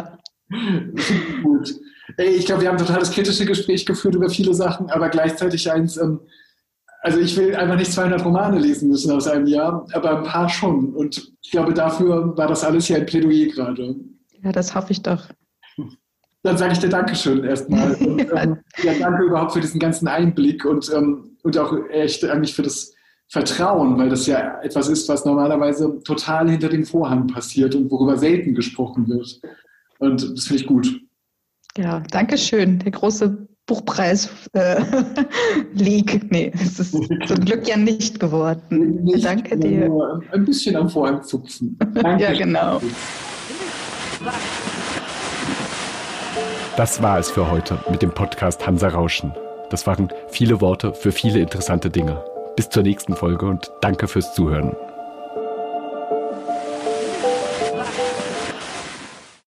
Gut. Ich glaube, wir haben ein totales kritische Gespräch geführt über viele Sachen, aber gleichzeitig eins, ähm, also ich will einfach nicht zweihundert Romane lesen müssen aus einem Jahr, aber ein paar schon. Und ich glaube, dafür war das alles hier ein Plädoyer gerade. Ja, das hoffe ich doch. Dann sage ich dir Dankeschön erstmal. Und, ja. Ähm, ja, danke überhaupt für diesen ganzen Einblick und, ähm, und auch echt eigentlich für das Vertrauen, weil das ja etwas ist, was normalerweise total hinter dem Vorhang passiert und worüber selten gesprochen wird. Und das finde ich gut. Ja, danke schön. Der große Buchpreis äh, League. Nee, es ist zum Glück ja nicht geworden. Nicht, danke dir. Nur ein bisschen am Vorhang zupfen. Danke. Ja, genau. Das war es für heute mit dem Podcast Hansa Rauschen. Das waren viele Worte für viele interessante Dinge. Bis zur nächsten Folge und danke fürs Zuhören.